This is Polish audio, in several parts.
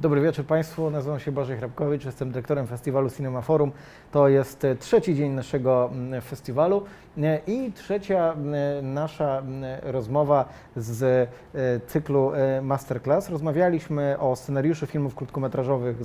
Dobry wieczór Państwu, nazywam się Błażej Hrabkowicz, jestem dyrektorem festiwalu Cinema Forum. To jest trzeci dzień naszego festiwalu i trzecia nasza rozmowa z cyklu Masterclass. Rozmawialiśmy o scenariuszach filmów krótkometrażowych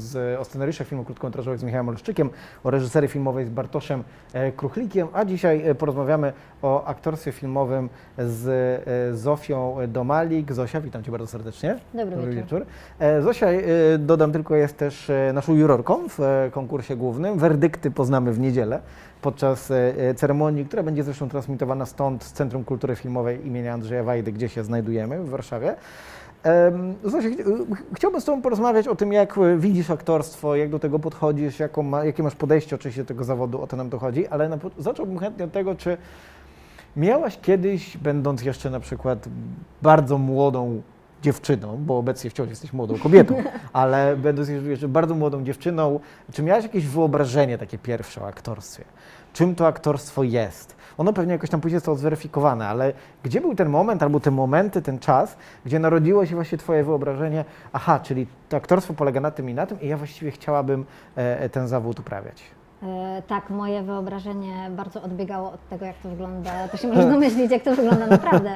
z Michałem Olszczykiem, o reżyserii filmowej z Bartoszem Kruchlikiem, a dzisiaj porozmawiamy o aktorstwie filmowym z Zofią Domalik. Zosia, witam Cię bardzo serdecznie. Dobry wieczór. Zosia, dodam tylko, jest też naszą jurorką w konkursie głównym. Werdykty poznamy w niedzielę podczas ceremonii, która będzie zresztą transmitowana stąd z Centrum Kultury Filmowej imienia Andrzeja Wajdy, gdzie się znajdujemy w Warszawie. Zosia, chciałbym z Tobą porozmawiać o tym, jak widzisz aktorstwo, jak do tego podchodzisz, jakie masz podejście oczywiście do tego zawodu, o to nam dochodzi, ale zacząłbym chętnie od tego, czy miałaś kiedyś, będąc jeszcze na przykład bardzo młodą dziewczyną, bo obecnie wciąż jesteś młodą kobietą, ale będąc jeszcze bardzo młodą dziewczyną, czy miałaś jakieś wyobrażenie takie pierwsze o aktorstwie? Czym to aktorstwo jest? Ono pewnie jakoś tam później zostało zweryfikowane, ale gdzie był ten moment, albo te momenty, ten czas, gdzie narodziło się właśnie Twoje wyobrażenie, aha, czyli to aktorstwo polega na tym i ja właściwie chciałabym ten zawód uprawiać? Tak, moje wyobrażenie bardzo odbiegało od tego, jak to wygląda. To się może domyślić, jak to wygląda naprawdę.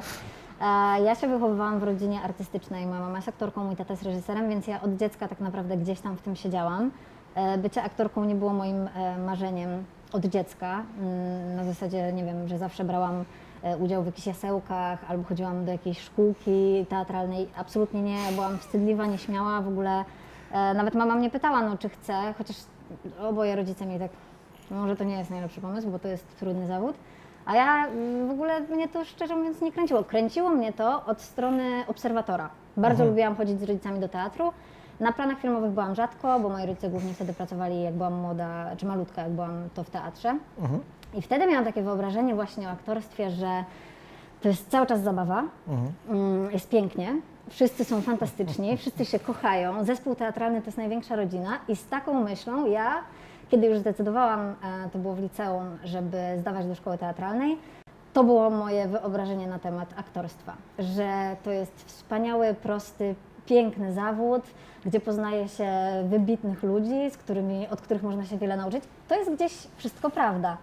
Ja się wychowywałam w rodzinie artystycznej. Moja mama jest aktorką, mój tata jest reżyserem, więc ja od dziecka tak naprawdę gdzieś tam w tym siedziałam. Bycie aktorką nie było moim marzeniem od dziecka. Na zasadzie, nie wiem, że zawsze brałam udział w jakichś jasełkach albo chodziłam do jakiejś szkółki teatralnej. Absolutnie nie, byłam wstydliwa, nieśmiała w ogóle. Nawet mama mnie pytała, no czy chcę, chociaż oboje rodzice mi tak, może to nie jest najlepszy pomysł, bo to jest trudny zawód. A ja w ogóle mnie to szczerze mówiąc nie kręciło. Kręciło mnie to od strony obserwatora. Bardzo lubiłam chodzić z rodzicami do teatru. Na planach filmowych byłam rzadko, bo moi rodzice głównie wtedy pracowali, jak byłam młoda, czy malutka, jak byłam to w teatrze. I wtedy miałam takie wyobrażenie właśnie o aktorstwie, że to jest cały czas zabawa, jest pięknie, wszyscy są fantastyczni, wszyscy się kochają, zespół teatralny to jest największa rodzina i z taką myślą ja, kiedy już zdecydowałam, to było w liceum, żeby zdawać do szkoły teatralnej, to było moje wyobrażenie na temat aktorstwa, że to jest wspaniały, prosty, piękny zawód, gdzie poznaje się wybitnych ludzi, od których można się wiele nauczyć. To jest gdzieś wszystko prawda.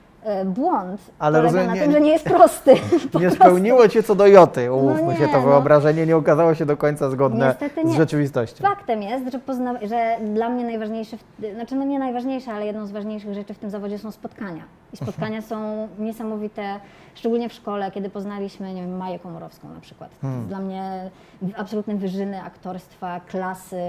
Błąd polega na tym, że nie jest prosty. Nie spełniło Cię co do joty, umówmy się, to wyobrażenie nie okazało się do końca zgodne z rzeczywistością. Faktem jest, że dla mnie najważniejsze, znaczy no nie najważniejsze, ale jedną z ważniejszych rzeczy w tym zawodzie są spotkania. I spotkania są niesamowite, szczególnie w szkole, kiedy poznaliśmy, nie wiem, Maję Komorowską na przykład. Dla mnie absolutne wyżyny aktorstwa, klasy,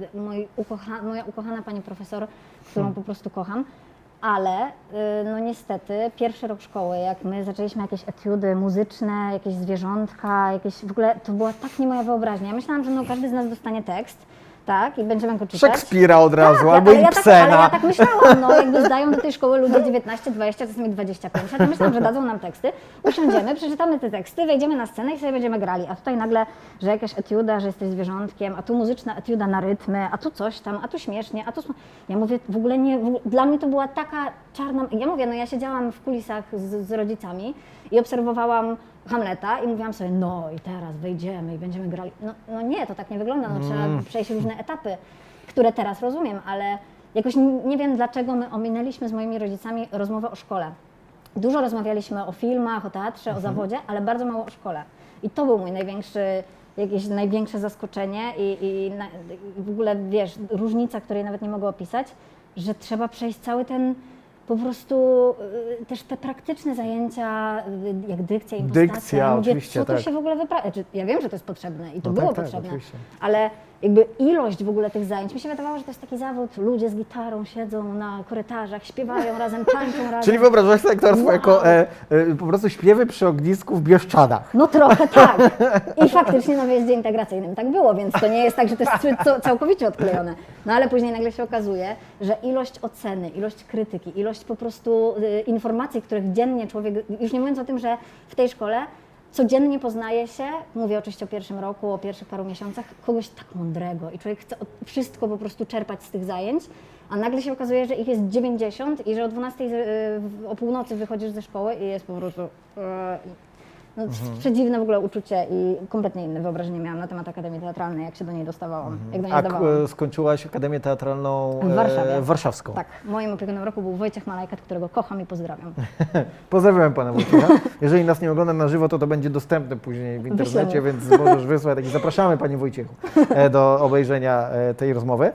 moja ukochana pani profesor, którą po prostu kocham. Ale no niestety pierwszy rok szkoły, jak my zaczęliśmy jakieś etiudy muzyczne, jakieś zwierzątka, w ogóle to była tak nie moja wyobraźnia. Ja myślałam, że no każdy z nas dostanie tekst, tak, i będziemy go czytać. Szekspira od razu, albo Ibsena. Ale ja tak myślałam, no jakby zdają do tej szkoły ludzie 19, 20, czasami 25 lat, to myślałam, że dadzą nam teksty, usiądziemy, przeczytamy te teksty, wejdziemy na scenę i sobie będziemy grali, a tutaj nagle, że jakaś etiuda, że jesteś zwierzątkiem, a tu muzyczna etiuda na rytmy, a tu coś tam, a tu śmiesznie, a tu... Ja mówię, w ogóle nie, dla mnie to była taka czarna... Ja mówię, no ja siedziałam w kulisach z rodzicami i obserwowałam Hamleta i mówiłam sobie, no i teraz wejdziemy i będziemy grali. No nie, to tak nie wygląda, no trzeba przejść różne etapy, które teraz rozumiem, ale jakoś nie wiem dlaczego my ominęliśmy z moimi rodzicami rozmowę o szkole. Dużo rozmawialiśmy o filmach, o teatrze, o zawodzie, ale bardzo mało o szkole. I to był mój jakieś największe zaskoczenie i w ogóle, wiesz, różnica, której nawet nie mogę opisać, że trzeba przejść cały ten po prostu też te praktyczne zajęcia, jak dykcja, impostacja. Dykcja, ja mówię, oczywiście, co to tak. się w ogóle wyprawia? Ja wiem, że to jest potrzebne i to No było tak, potrzebne, oczywiście. ale jakby ilość w ogóle tych zajęć, mi się wydawało, że to jest taki zawód, ludzie z gitarą siedzą na korytarzach, śpiewają razem, tańczą razem. Czyli wyobrażasz sobie aktorstwo jako po prostu śpiewy przy ognisku w Bieszczadach. No trochę tak. I faktycznie na wyjeździe integracyjnym tak było, więc to nie jest tak, że to jest całkowicie odklejone. No ale później nagle się okazuje, że ilość oceny, ilość krytyki, ilość po prostu informacji, których dziennie człowiek, już nie mówiąc o tym, że w tej szkole codziennie poznaje się, mówię oczywiście o pierwszym roku, o pierwszych paru miesiącach, kogoś tak mądrego i człowiek chce wszystko po prostu czerpać z tych zajęć, a nagle się okazuje, że ich jest 90 i że o 12 o północy wychodzisz ze szkoły i jest po prostu No, przedziwne w ogóle uczucie i kompletnie inne wyobrażenie miałam na temat Akademii Teatralnej, jak się do niej dostawałam, jak do niej zdawałam. Skończyłaś Akademię Teatralną W Warszawie. warszawską. Tak, moim opiekunem roku był Wojciech Malajkat, którego kocham i pozdrawiam. Pozdrawiam pana Wojciecha. Jeżeli nas nie ogląda na żywo, to będzie dostępne później w internecie, więc możesz wysłać. Tak, zapraszamy Panie Wojciechu do obejrzenia tej rozmowy.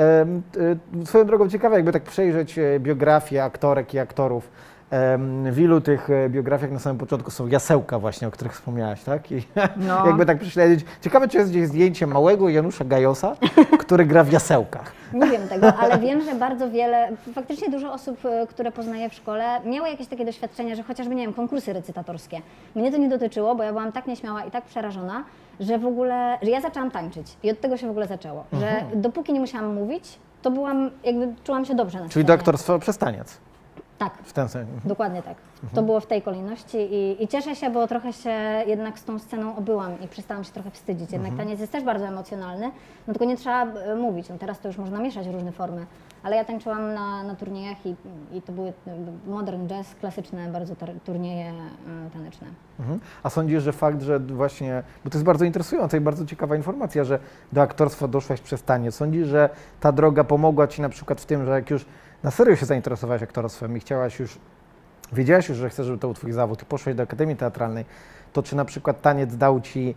Swoją drogą ciekawe, jakby tak przejrzeć biografię aktorek i aktorów. W ilu tych biografiach na samym początku są jasełka właśnie, o których wspomniałaś, tak? I jakby tak prześledzić. Ciekawe, czy jest gdzieś zdjęcie małego Janusza Gajosa, który gra w jasełkach. Nie wiem tego, ale wiem, że bardzo wiele, faktycznie dużo osób, które poznaję w szkole, miało jakieś takie doświadczenia, że chociażby, nie wiem, konkursy recytatorskie. Mnie to nie dotyczyło, bo ja byłam tak nieśmiała i tak przerażona, że w ogóle, że ja zaczęłam tańczyć i od tego się w ogóle zaczęło, że dopóki nie musiałam mówić, to czułam się dobrze na scenie. Czyli do aktorstwa przez taniec. Tak. W ten sens. Dokładnie tak. To było w tej kolejności i cieszę się, bo trochę się jednak z tą sceną obyłam i przestałam się trochę wstydzić. Jednak taniec jest też bardzo emocjonalny, no tylko nie trzeba mówić. No teraz to już można mieszać różne formy, ale ja tańczyłam na turniejach i to były modern jazz, klasyczne bardzo turnieje taneczne. A sądzisz, że fakt, że właśnie, bo to jest bardzo interesująca i bardzo ciekawa informacja, że do aktorstwa doszłaś przez taniec. Sądzisz, że ta droga pomogła Ci na przykład w tym, że jak już na serio się zainteresowałaś aktorstwem i wiedziałaś już, że chcesz, żeby to był Twój zawód i poszłaś do Akademii Teatralnej, to czy na przykład taniec dał Ci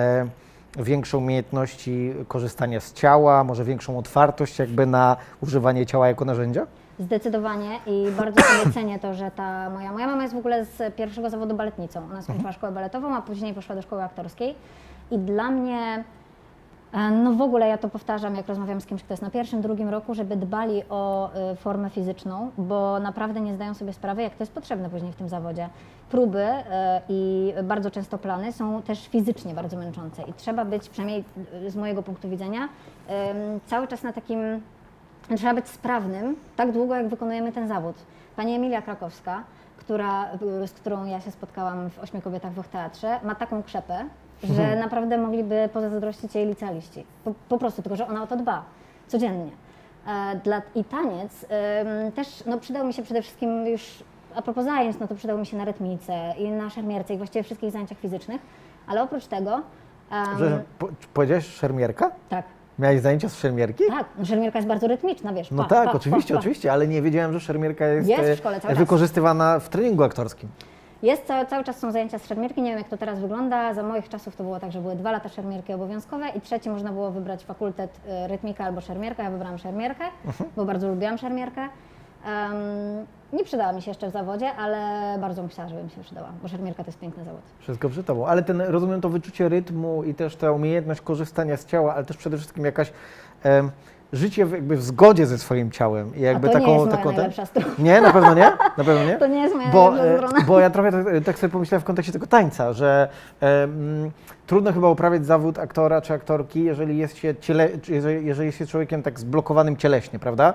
większą umiejętności korzystania z ciała, może większą otwartość jakby na używanie ciała jako narzędzia? Zdecydowanie i bardzo sobie cenię to, że moja mama jest w ogóle z pierwszego zawodu baletnicą. Ona skończyła szkołę baletową, a później poszła do szkoły aktorskiej i dla mnie no w ogóle ja to powtarzam, jak rozmawiam z kimś, kto jest na pierwszym, drugim roku, żeby dbali o formę fizyczną, bo naprawdę nie zdają sobie sprawy, jak to jest potrzebne później w tym zawodzie. Próby i bardzo często plany są też fizycznie bardzo męczące i trzeba być, przynajmniej z mojego punktu widzenia, cały czas trzeba być sprawnym tak długo, jak wykonujemy ten zawód. Pani Emilia Krakowska, z którą ja się spotkałam w 8 kobietach w teatrze, ma taką krzepę, że naprawdę mogliby pozazdrościć jej licealiści. Po prostu, tylko że ona o to dba codziennie. I taniec też przydał mi się przede wszystkim już, a propos zajęć, no to przydał mi się na rytmice i na szermierce i właściwie wszystkich zajęciach fizycznych, ale oprócz tego... Powiedziałeś szermierka? Tak. Miałeś zajęcia z szermierki? Tak, szermierka jest bardzo rytmiczna, wiesz. No tak, oczywiście, ale nie wiedziałem, że szermierka jest w szkole cały wykorzystywana w treningu aktorskim. Cały czas są zajęcia z szermierki, nie wiem jak to teraz wygląda, za moich czasów to było tak, że były 2 lata szermierki obowiązkowe i trzeci można było wybrać fakultet rytmika albo szermierka, ja wybrałam szermierkę, bo bardzo lubiłam szermierkę. Nie przydała mi się jeszcze w zawodzie, ale bardzo bym chciała, żeby mi się przydała, bo szermierka to jest piękny zawód. Wszystko przed Tobą, ale rozumiem to wyczucie rytmu i też ta umiejętność korzystania z ciała, ale też przede wszystkim jakaś życie jakby w zgodzie ze swoim ciałem. I jakby a to nie jest moja najlepsza strona. Nie, na pewno nie? Na pewno nie? To nie jest moja najlepsza strona. Bo ja trochę tak sobie pomyślałem w kontekście tego tańca, że trudno chyba uprawiać zawód aktora czy aktorki, jeżeli jest się człowiekiem tak zblokowanym cieleśnie, prawda?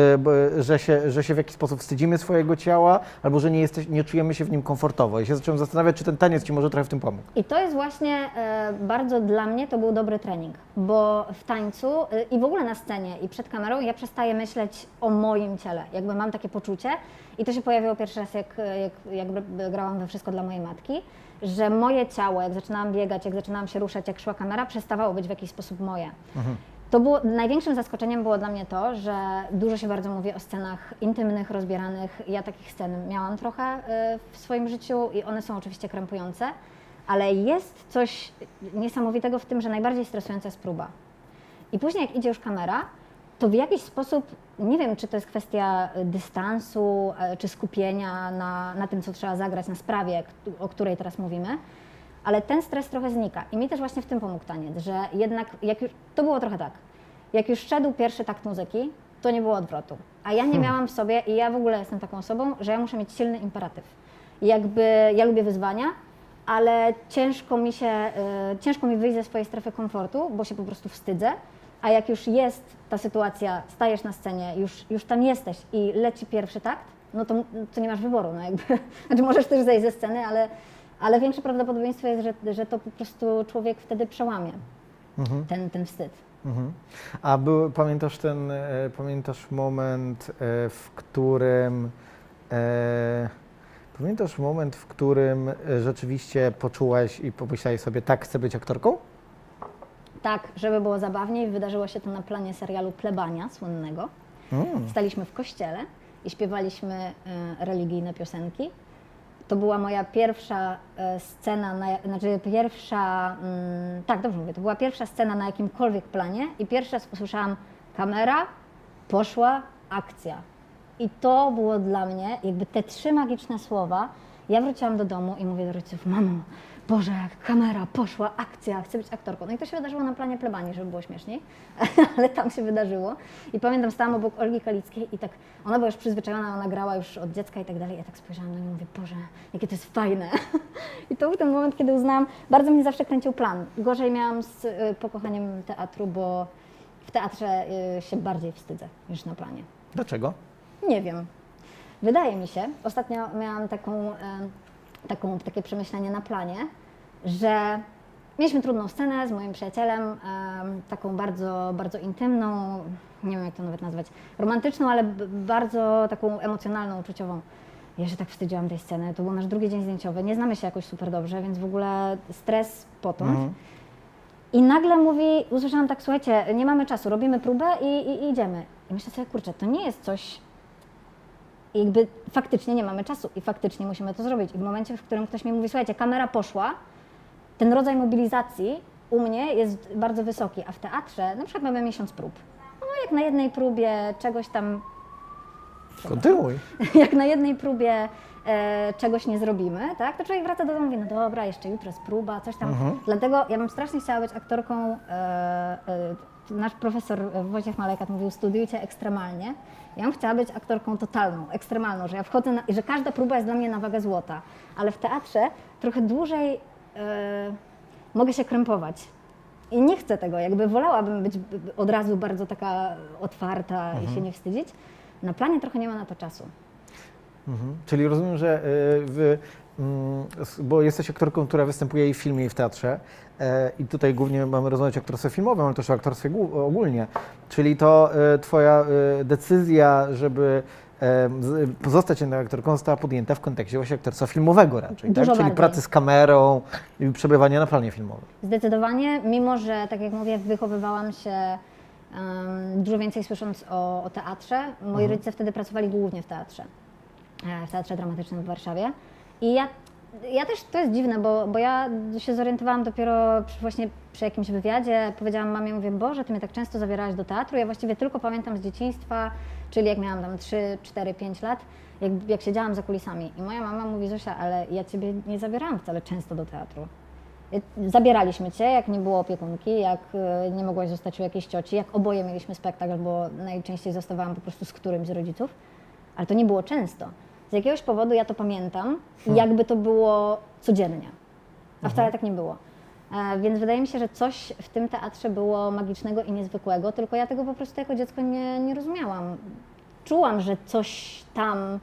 Że się w jakiś sposób wstydzimy swojego ciała, albo że nie czujemy się w nim komfortowo. I się zacząłem zastanawiać, czy ten taniec Ci może trochę w tym pomóc. I to jest właśnie bardzo dla mnie, to był dobry trening, bo w tańcu i w ogóle na scenie i przed kamerą ja przestaję myśleć o moim ciele. Jakby mam takie poczucie i to się pojawiło pierwszy raz, jak grałam we Wszystko dla mojej matki, że moje ciało, jak zaczynałam biegać, jak zaczynałam się ruszać, jak szła kamera, przestawało być w jakiś sposób moje. To było, największym zaskoczeniem było dla mnie to, że dużo się bardzo mówi o scenach intymnych, rozbieranych. Ja takich scen miałam trochę w swoim życiu i one są oczywiście krępujące, ale jest coś niesamowitego w tym, że najbardziej stresująca jest próba. I później jak idzie już kamera, to w jakiś sposób, nie wiem, czy to jest kwestia dystansu, czy skupienia na tym, co trzeba zagrać, na sprawie, o której teraz mówimy, ale ten stres trochę znika. I mi też właśnie w tym pomógł taniec, że jednak, to było trochę tak, jak już szedł pierwszy takt muzyki, to nie było odwrotu. A ja nie miałam w sobie, i ja w ogóle jestem taką osobą, że ja muszę mieć silny imperatyw. Ja lubię wyzwania, ale ciężko mi wyjść ze swojej strefy komfortu, bo się po prostu wstydzę. A jak już jest ta sytuacja, stajesz na scenie, już tam jesteś i leci pierwszy takt, no to nie masz wyboru. No jakby. Znaczy możesz też zejść ze sceny, ale większe prawdopodobieństwo jest, że to po prostu człowiek wtedy przełamie ten wstyd. A pamiętasz moment, w którym Pamiętasz moment, w którym rzeczywiście poczułaś i pomyślałaś sobie, tak, chcę być aktorką? Tak, żeby było zabawniej, wydarzyło się to na planie serialu Plebania słynnego. Staliśmy w kościele i śpiewaliśmy religijne piosenki. To była moja pierwsza scena, tak, dobrze mówię, to była pierwsza scena na jakimkolwiek planie i pierwszy raz usłyszałam kamera, poszła, akcja. I to było dla mnie, jakby te 3 magiczne słowa. Ja wróciłam do domu i mówię do rodziców, mamo, Boże, kamera, poszła, akcja, chcę być aktorką. No i to się wydarzyło na planie Plebanii, żeby było śmieszniej, ale tam się wydarzyło. I pamiętam, stałam obok Olgi Kalickiej i tak, ona była już przyzwyczajona, ona grała już od dziecka i tak dalej. Ja tak spojrzałam na nią i mówię, Boże, jakie to jest fajne. I to był ten moment, kiedy uznałam, bardzo mnie zawsze kręcił plan. Gorzej miałam z pokochaniem teatru, bo w teatrze się bardziej wstydzę niż na planie. Dlaczego? Nie wiem. Wydaje mi się, ostatnio miałam takie przemyślenie na planie, że mieliśmy trudną scenę z moim przyjacielem, taką bardzo, bardzo intymną, nie wiem jak to nawet nazwać, romantyczną, ale bardzo taką emocjonalną, uczuciową. Ja się tak wstydziłam tej sceny, to był nasz drugi dzień zdjęciowy, nie znamy się jakoś super dobrze, więc w ogóle stres potąd. I nagle usłyszałam tak, słuchajcie, nie mamy czasu, robimy próbę i idziemy. I myślę sobie, kurczę, to nie jest coś, jakby faktycznie nie mamy czasu i faktycznie musimy to zrobić. I w momencie, w którym ktoś mi mówi, słuchajcie, kamera poszła, ten rodzaj mobilizacji u mnie jest bardzo wysoki, a w teatrze na przykład mamy miesiąc prób. No jak na jednej próbie czegoś tam... Kontynuuj. Jak na jednej próbie czegoś nie zrobimy, tak, to człowiek wraca do domu i mówi, no dobra, jeszcze jutro jest próba, coś tam. Dlatego ja bym strasznie chciała być aktorką, nasz profesor Wojciech Malejkat mówił, studiujcie ekstremalnie. Ja bym chciała być aktorką totalną, ekstremalną, że ja wchodzę i że każda próba jest dla mnie na wagę złota. Ale w teatrze trochę dłużej mogę się krępować. I nie chcę tego, jakby wolałabym być od razu bardzo taka otwarta i się nie wstydzić. Na planie trochę nie ma na to czasu. Czyli rozumiem, że bo jesteś aktorką, która występuje i w filmie, i w teatrze. I tutaj głównie mamy rozmawiać o aktorstwie filmowym, ale też o aktorstwie ogólnie. Czyli to twoja decyzja, żeby pozostać jednak aktorką, została podjęta w kontekście właśnie aktorstwa filmowego raczej, Dużo tak? Czyli bardziej. pracy z kamerą i przebywania na planie filmowym. Zdecydowanie, mimo że, tak jak mówię, wychowywałam się dużo więcej słysząc o teatrze. Moi rodzice wtedy pracowali głównie w Teatrze Dramatycznym w Warszawie. I ja też, to jest dziwne, bo ja się zorientowałam dopiero właśnie przy jakimś wywiadzie. Powiedziałam mamie, mówię, Boże, ty mnie tak często zabierałaś do teatru. Ja właściwie tylko pamiętam z dzieciństwa, czyli jak miałam tam 3, 4, 5 lat, jak siedziałam za kulisami. I moja mama mówi, Zosia, ale ja ciebie nie zabierałam wcale często do teatru. Zabieraliśmy cię, jak nie było opiekunki, jak nie mogłaś zostać u jakiejś cioci, jak oboje mieliśmy spektakl, bo najczęściej zostawałam po prostu z którymś z rodziców, ale to nie było często. Z jakiegoś powodu ja to pamiętam i jakby to było codziennie, a wcale tak nie było. Więc wydaje mi się, że coś w tym teatrze było magicznego i niezwykłego, tylko ja tego po prostu jako dziecko nie rozumiałam. Czułam, że coś tam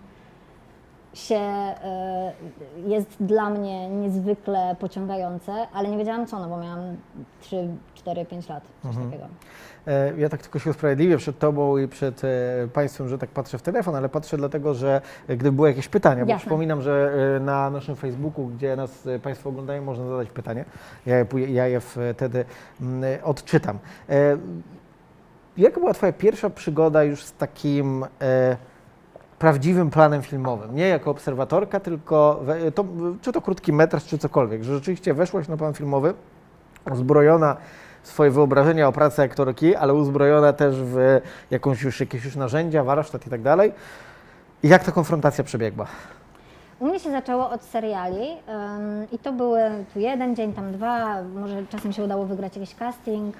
jest dla mnie niezwykle pociągające, ale nie wiedziałam co, no bo miałam 3, 4, 5 lat, coś takiego. Ja tak tylko się usprawiedliwię przed Tobą i przed Państwem, że tak patrzę w telefon, ale patrzę dlatego, że gdyby były jakieś pytania, bo Jasne. przypominam, że na naszym Facebooku, gdzie nas Państwo oglądają, można zadać pytanie. Ja je wtedy odczytam. Jaka była Twoja pierwsza przygoda już z takim prawdziwym planem filmowym? Nie jako obserwatorka, tylko czy to krótki metraż, czy cokolwiek, że rzeczywiście weszłaś na plan filmowy uzbrojona w swoje wyobrażenia o pracy aktorki, ale uzbrojona też w jakieś już narzędzia, warsztat i tak dalej. I jak ta konfrontacja przebiegła? U mnie się zaczęło od seriali i to były tu 1 dzień, tam 2, może czasem się udało wygrać jakiś casting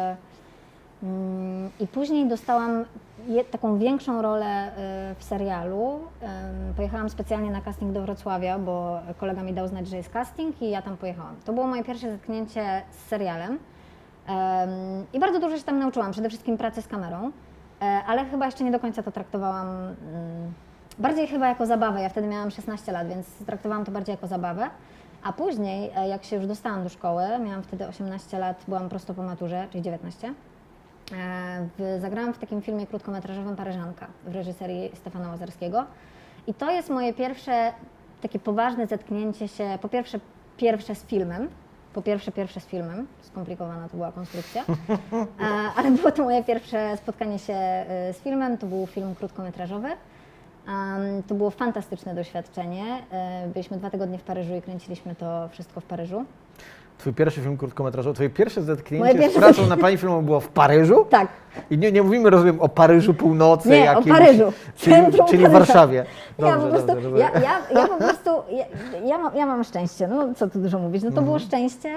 i później dostałam taką większą rolę w serialu. Pojechałam specjalnie na casting do Wrocławia, bo kolega mi dał znać, że jest casting i ja tam pojechałam. To było moje pierwsze zetknięcie z serialem i bardzo dużo się tam nauczyłam, przede wszystkim pracy z kamerą, ale chyba jeszcze nie do końca to traktowałam bardziej chyba jako zabawę. Ja wtedy miałam 16 lat, więc traktowałam to bardziej jako zabawę. A później, jak się już dostałam do szkoły, miałam wtedy 18 lat, byłam prosto po maturze, czyli 19. Zagrałam w takim filmie krótkometrażowym Paryżanka w reżyserii Stefana Łazarskiego. I to jest moje pierwsze takie poważne zetknięcie się, po pierwsze z filmem, pierwsze z filmem, skomplikowana to była konstrukcja, ale było to moje pierwsze spotkanie się z filmem, to był film krótkometrażowy. To było fantastyczne doświadczenie. Byliśmy 2 tygodnie w Paryżu i kręciliśmy to wszystko w Paryżu. Twój pierwszy film krótkometrażowy, twoje pierwsze zetknięcie z pracą na planie filmowym było w Paryżu? Tak. I nie mówimy, rozumiem, o Paryżu północy, nie, jakimś, o Paryżu. Czyli w Warszawie. Dobrze, ja po prostu, dobrze. ja po prostu, ja mam szczęście, no co tu dużo mówić, no to było szczęście.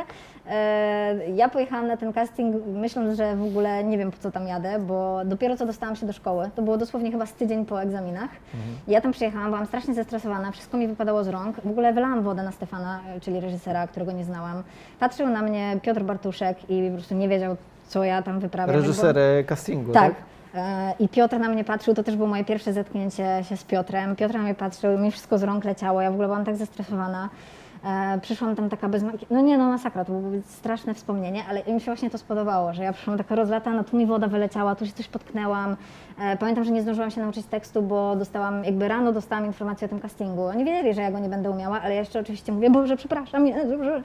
Ja pojechałam na ten casting myśląc, że w ogóle nie wiem po co tam jadę, bo dopiero co dostałam się do szkoły, to było dosłownie chyba z tydzień po egzaminach. Ja tam przyjechałam, byłam strasznie zestresowana, wszystko mi wypadało z rąk, w ogóle wylałam wodę na Stefana, czyli reżysera, którego nie znałam. Patrzył na mnie Piotr Bartuszek i po prostu nie wiedział, co ja tam wyprawiam. Reżyser castingu, tak? I Piotr na mnie patrzył, to też było moje pierwsze zetknięcie się z Piotrem. Piotr na mnie patrzył, mi wszystko z rąk leciało, ja w ogóle byłam tak zestresowana. Przyszłam tam taka bez masakra, to było straszne wspomnienie, ale mi się właśnie to spodobało, że ja przyszłam taka rozlatana, tu mi woda wyleciała, tu się coś potknęłam. Pamiętam, że nie zdążyłam się nauczyć tekstu, bo rano dostałam informację o tym castingu. Oni wiedzieli, że ja go nie będę umiała, ale jeszcze oczywiście mówię, Boże, przepraszam, Boże.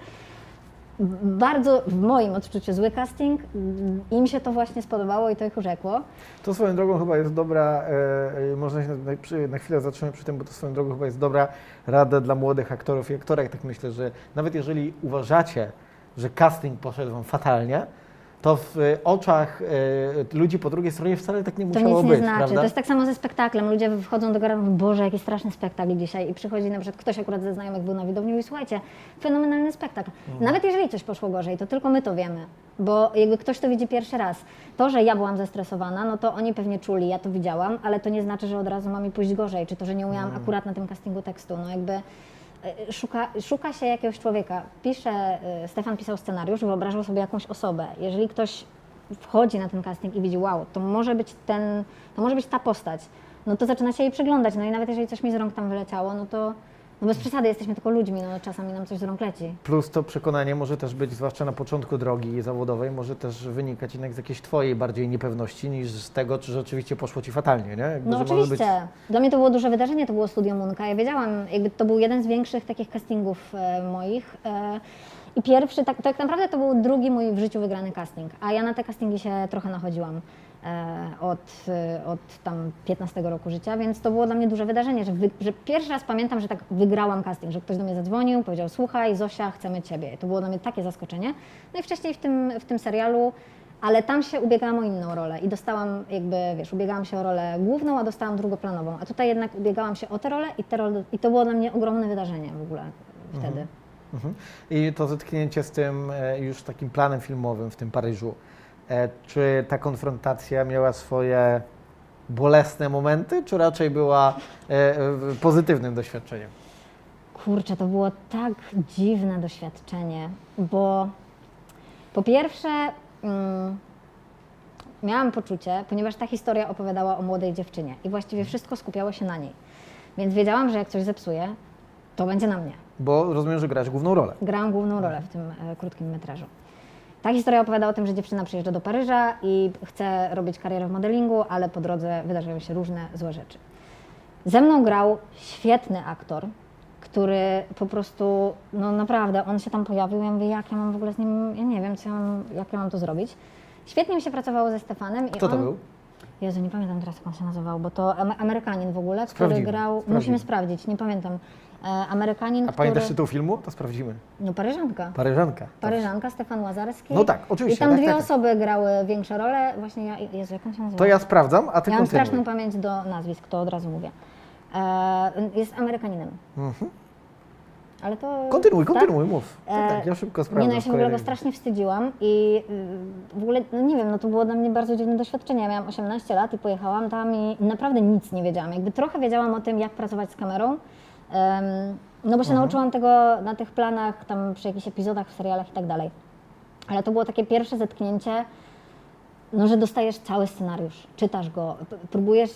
Bardzo w moim odczuciu zły casting, im się to właśnie spodobało i to ich urzekło. To swoją drogą chyba jest dobra, można się na chwilę zatrzymać przy tym, bo to swoją drogą chyba jest dobra rada dla młodych aktorów i aktorek. Tak myślę, że nawet jeżeli uważacie, że casting poszedł wam fatalnie, to w oczach ludzi po drugiej stronie wcale tak nie musiało być. To nic nie znaczy. Prawda? To jest tak samo ze spektaklem. Ludzie wchodzą do gara, mówią, Boże, jaki straszny spektakl dzisiaj. I przychodzi na przykład ktoś akurat ze znajomych był na widowni i mówi, słuchajcie, fenomenalny spektakl. Nawet jeżeli coś poszło gorzej, to tylko my to wiemy. Bo jakby ktoś to widzi pierwszy raz. To, że ja byłam zestresowana, no to oni pewnie czuli, ja to widziałam, ale to nie znaczy, że od razu ma mi pójść gorzej. Czy to, że nie umiałam akurat na tym castingu tekstu. No jakby szuka się jakiegoś człowieka. Stefan pisał scenariusz, wyobrażał sobie jakąś osobę. Jeżeli ktoś wchodzi na ten casting i widzi, wow, to może być ta postać, no to zaczyna się jej przyglądać. No i nawet jeżeli coś mi z rąk tam wyleciało, no to bez przesady, jesteśmy tylko ludźmi, no czasami nam coś z rąk leci. Plus to przekonanie może też być, zwłaszcza na początku drogi zawodowej, może też wynikać jednak z jakiejś twojej bardziej niepewności niż z tego, czy rzeczywiście poszło ci fatalnie, nie? Jakby, No oczywiście. Dla mnie to było duże wydarzenie, to było Studio Munka. Ja wiedziałam, jakby to był jeden z większych takich castingów moich. I pierwszy, tak naprawdę to był drugi mój w życiu wygrany casting, a ja na te castingi się trochę nachodziłam od tam 15 roku życia, więc to było dla mnie duże wydarzenie, że pierwszy raz pamiętam, że tak wygrałam casting, że ktoś do mnie zadzwonił, powiedział, słuchaj Zosia, chcemy Ciebie. I to było dla mnie takie zaskoczenie. No i wcześniej w tym serialu, ale tam się ubiegałam o inną rolę i dostałam ubiegałam się o rolę główną, a dostałam drugoplanową, a tutaj jednak ubiegałam się o tę rolę i to było dla mnie ogromne wydarzenie w ogóle wtedy. I to zetknięcie z tym już takim planem filmowym w tym Paryżu, czy ta konfrontacja miała swoje bolesne momenty, czy raczej była pozytywnym doświadczeniem? Kurczę, to było tak dziwne doświadczenie, bo po pierwsze miałam poczucie, ponieważ ta historia opowiadała o młodej dziewczynie i właściwie wszystko skupiało się na niej, więc wiedziałam, że jak coś zepsuję, to będzie na mnie. Bo rozumiem, że grasz główną rolę. Grałam główną rolę w tym krótkim metrażu. Ta historia opowiada o tym, że dziewczyna przyjeżdża do Paryża i chce robić karierę w modelingu, ale po drodze wydarzają się różne złe rzeczy. Ze mną grał świetny aktor, który po prostu, no naprawdę, on się tam pojawił, ja mówię, jak ja mam w ogóle z nim, ja nie wiem, jak ja mam to zrobić. Świetnie mi się pracowało ze Stefanem. Kto to był? Jezu, nie pamiętam teraz, jak on się nazywał, bo to Amerykanin w ogóle, który grał, musimy sprawdzić, nie pamiętam. Amerykanin, pamiętasz tytuł filmu? To sprawdzimy. No Paryżanka. Paryżanka, Stefan Łazarski. No tak, oczywiście. I tam dwie tak. osoby grały większe role. Właśnie Jezu, jak on się nazywa? To ja sprawdzam, a ty Ja mam kontynuuj. straszną pamięć do nazwisk, to od razu mówię. Jest Amerykaninem. Ale to... Kontynuuj, mów. Tak? Tak, ja szybko sprawdzam. Nie, no ja się w ogóle go strasznie wstydziłam i w ogóle, no nie wiem, no to było dla mnie bardzo dziwne doświadczenie. Ja miałam 18 lat i pojechałam tam i naprawdę nic nie wiedziałam. Jakby trochę wiedziałam o tym, jak pracować z kamerą, no bo się nauczyłam tego na tych planach, tam przy jakichś epizodach w serialach i tak dalej. Ale to było takie pierwsze zetknięcie, no, że dostajesz cały scenariusz, czytasz go, próbujesz,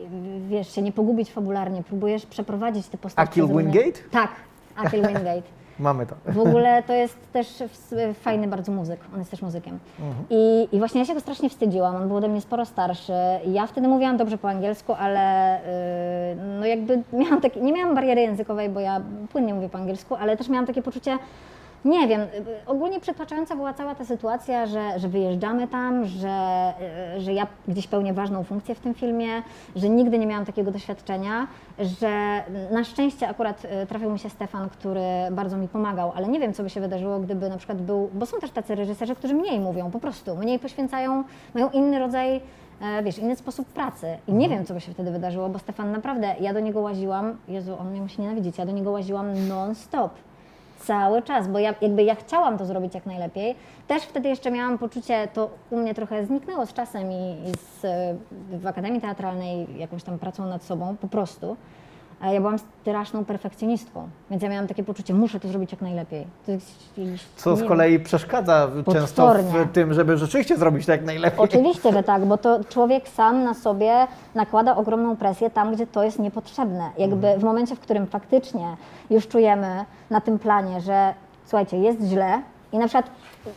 wiesz, się nie pogubić fabularnie, próbujesz przeprowadzić te postacie. Akhil Wingate? Tak, Akhil Wingate. Mamy to. W ogóle to jest też fajny bardzo muzyk, on jest też muzykiem. I właśnie ja się go strasznie wstydziłam, on był ode mnie sporo starszy. Ja wtedy mówiłam dobrze po angielsku, ale no jakby nie miałam bariery językowej, bo ja płynnie mówię po angielsku, ale też miałam takie poczucie, nie wiem, ogólnie przytłaczająca była cała ta sytuacja, że wyjeżdżamy tam, że ja gdzieś pełnię ważną funkcję w tym filmie, że nigdy nie miałam takiego doświadczenia, że na szczęście akurat trafił mi się Stefan, który bardzo mi pomagał, ale nie wiem, co by się wydarzyło, gdyby na przykład był, bo są też tacy reżyserzy, którzy mniej mówią, po prostu, mniej poświęcają, mają inny rodzaj, wiesz, inny sposób pracy i nie wiem, co by się wtedy wydarzyło, bo Stefan naprawdę, ja do niego łaziłam, Jezu, on mnie musi nienawidzić, ja do niego łaziłam non-stop. Cały czas, bo ja chciałam to zrobić jak najlepiej. Też wtedy jeszcze miałam poczucie, to u mnie trochę zniknęło z czasem w Akademii Teatralnej jakąś tam pracą nad sobą, po prostu. Ja byłam straszną perfekcjonistką, więc ja miałam takie poczucie, muszę to zrobić jak najlepiej. Co z kolei przeszkadza często w tym, żeby rzeczywiście zrobić to jak najlepiej. Oczywiście, że tak, bo to człowiek sam na sobie nakłada ogromną presję tam, gdzie to jest niepotrzebne. Jakby w momencie, w którym faktycznie już czujemy na tym planie, że słuchajcie, jest źle i na przykład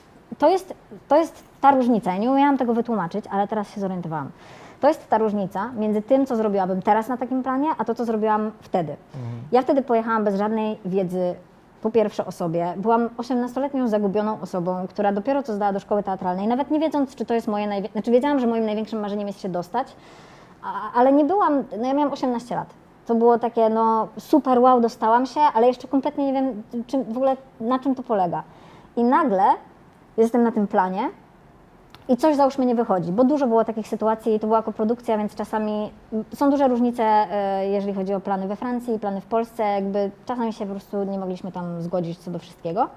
to jest ta różnica, ja nie umiałam tego wytłumaczyć, ale teraz się zorientowałam. To jest ta różnica między tym, co zrobiłabym teraz na takim planie, a to, co zrobiłam wtedy. Ja wtedy pojechałam bez żadnej wiedzy, po pierwsze o sobie. Byłam 18-letnią zagubioną osobą, która dopiero co zdała do szkoły teatralnej, nawet nie wiedząc, czy to jest moje największe... Znaczy wiedziałam, że moim największym marzeniem jest się dostać, ale nie byłam... No ja miałam 18 lat. To było takie, no super, wow, dostałam się, ale jeszcze kompletnie nie wiem, w ogóle na czym to polega. I nagle jestem na tym planie, i coś załóżmy nie wychodzi, bo dużo było takich sytuacji i to była koprodukcja, więc czasami są duże różnice, jeżeli chodzi o plany we Francji i plany w Polsce, jakby czasami się po prostu nie mogliśmy tam zgodzić co do wszystkiego.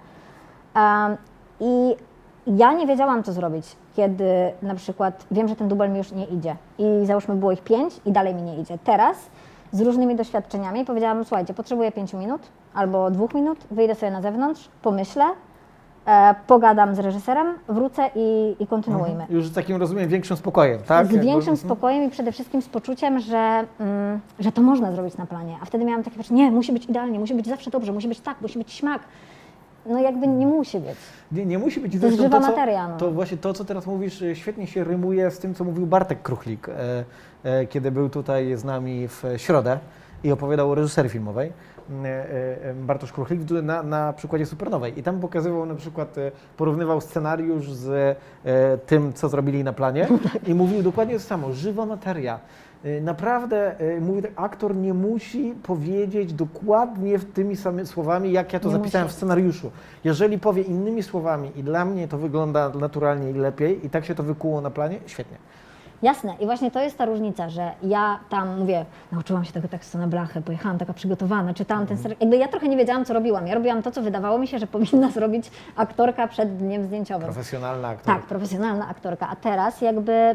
I ja nie wiedziałam, co zrobić, kiedy na przykład wiem, że ten dubel mi już nie idzie i załóżmy było ich 5 i dalej mi nie idzie. Teraz z różnymi doświadczeniami powiedziałam, słuchajcie, potrzebuję 5 minut albo 2 minut, wyjdę sobie na zewnątrz, pomyślę, pogadam z reżyserem, wrócę i kontynuujmy. Już z takim, rozumiem, większym spokojem, tak? Z większym spokojem i przede wszystkim z poczuciem, że to można zrobić na planie. A wtedy miałam takie poczucie, nie, musi być idealnie, musi być zawsze dobrze, musi być tak, musi być śmak. No jakby nie musi być. Nie musi być. To jest żywa materia. No. To właśnie to, co teraz mówisz, świetnie się rymuje z tym, co mówił Bartek Kruchlik, kiedy był tutaj z nami w środę i opowiadał o reżyserii filmowej. Bartosz Kruchlik na przykładzie Supernowej. I tam pokazywał na przykład, porównywał scenariusz z tym, co zrobili na planie i mówił dokładnie to samo, żywa materia. Naprawdę, mówi tak, aktor nie musi powiedzieć dokładnie tymi samymi słowami, jak ja to zapisałem w scenariuszu. Jeżeli powie innymi słowami i dla mnie to wygląda naturalnie i lepiej i tak się to wykuło na planie, świetnie. Jasne. I właśnie to jest ta różnica, że ja tam, mówię, nauczyłam się tego tekstu na blachę, pojechałam taka przygotowana, czytałam ten scenariusz. Jakby ja trochę nie wiedziałam, co robiłam. Ja robiłam to, co wydawało mi się, że powinna zrobić aktorka przed dniem zdjęciowym. Profesjonalna aktorka. Tak, profesjonalna aktorka. A teraz jakby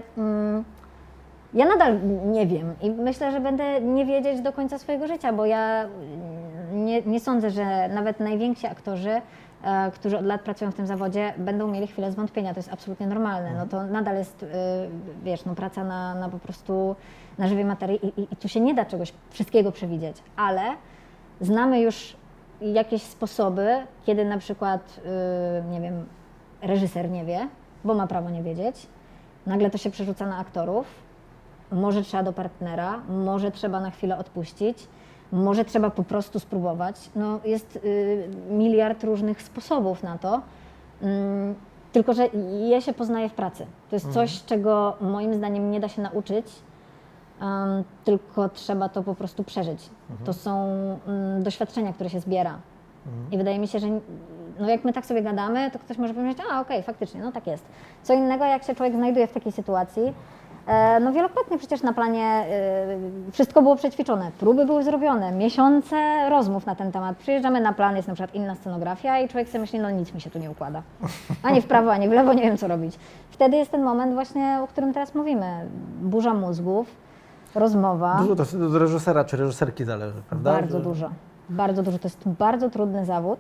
ja nadal nie wiem i myślę, że będę nie wiedzieć do końca swojego życia, bo ja nie sądzę, że nawet najwięksi aktorzy, którzy od lat pracują w tym zawodzie, będą mieli chwilę zwątpienia. To jest absolutnie normalne. No to nadal jest, wiesz, no praca na po prostu na żywej materii i tu się nie da czegoś wszystkiego przewidzieć, ale znamy już jakieś sposoby, kiedy na przykład, nie wiem, reżyser nie wie, bo ma prawo nie wiedzieć, nagle to się przerzuca na aktorów, może trzeba do partnera, może trzeba na chwilę odpuścić, może trzeba po prostu spróbować. No, jest miliard różnych sposobów na to, tylko że je się poznaje w pracy. To jest coś, czego moim zdaniem nie da się nauczyć, tylko trzeba to po prostu przeżyć. To są doświadczenia, które się zbiera. I wydaje mi się, że no jak my tak sobie gadamy, to ktoś może powiedzieć, okej, faktycznie, no tak jest. Co innego, jak się człowiek znajduje w takiej sytuacji, no wielokrotnie przecież na planie wszystko było przećwiczone, próby były zrobione, miesiące rozmów na ten temat. Przyjeżdżamy na plan, jest na przykład inna scenografia i człowiek sobie myśli, no nic mi się tu nie układa. Ani w prawo, ani w lewo, nie wiem co robić. Wtedy jest ten moment właśnie, o którym teraz mówimy. Burza mózgów, rozmowa. Dużo to od reżysera czy reżyserki zależy, prawda? Bardzo dużo. Bardzo dużo. To jest bardzo trudny zawód.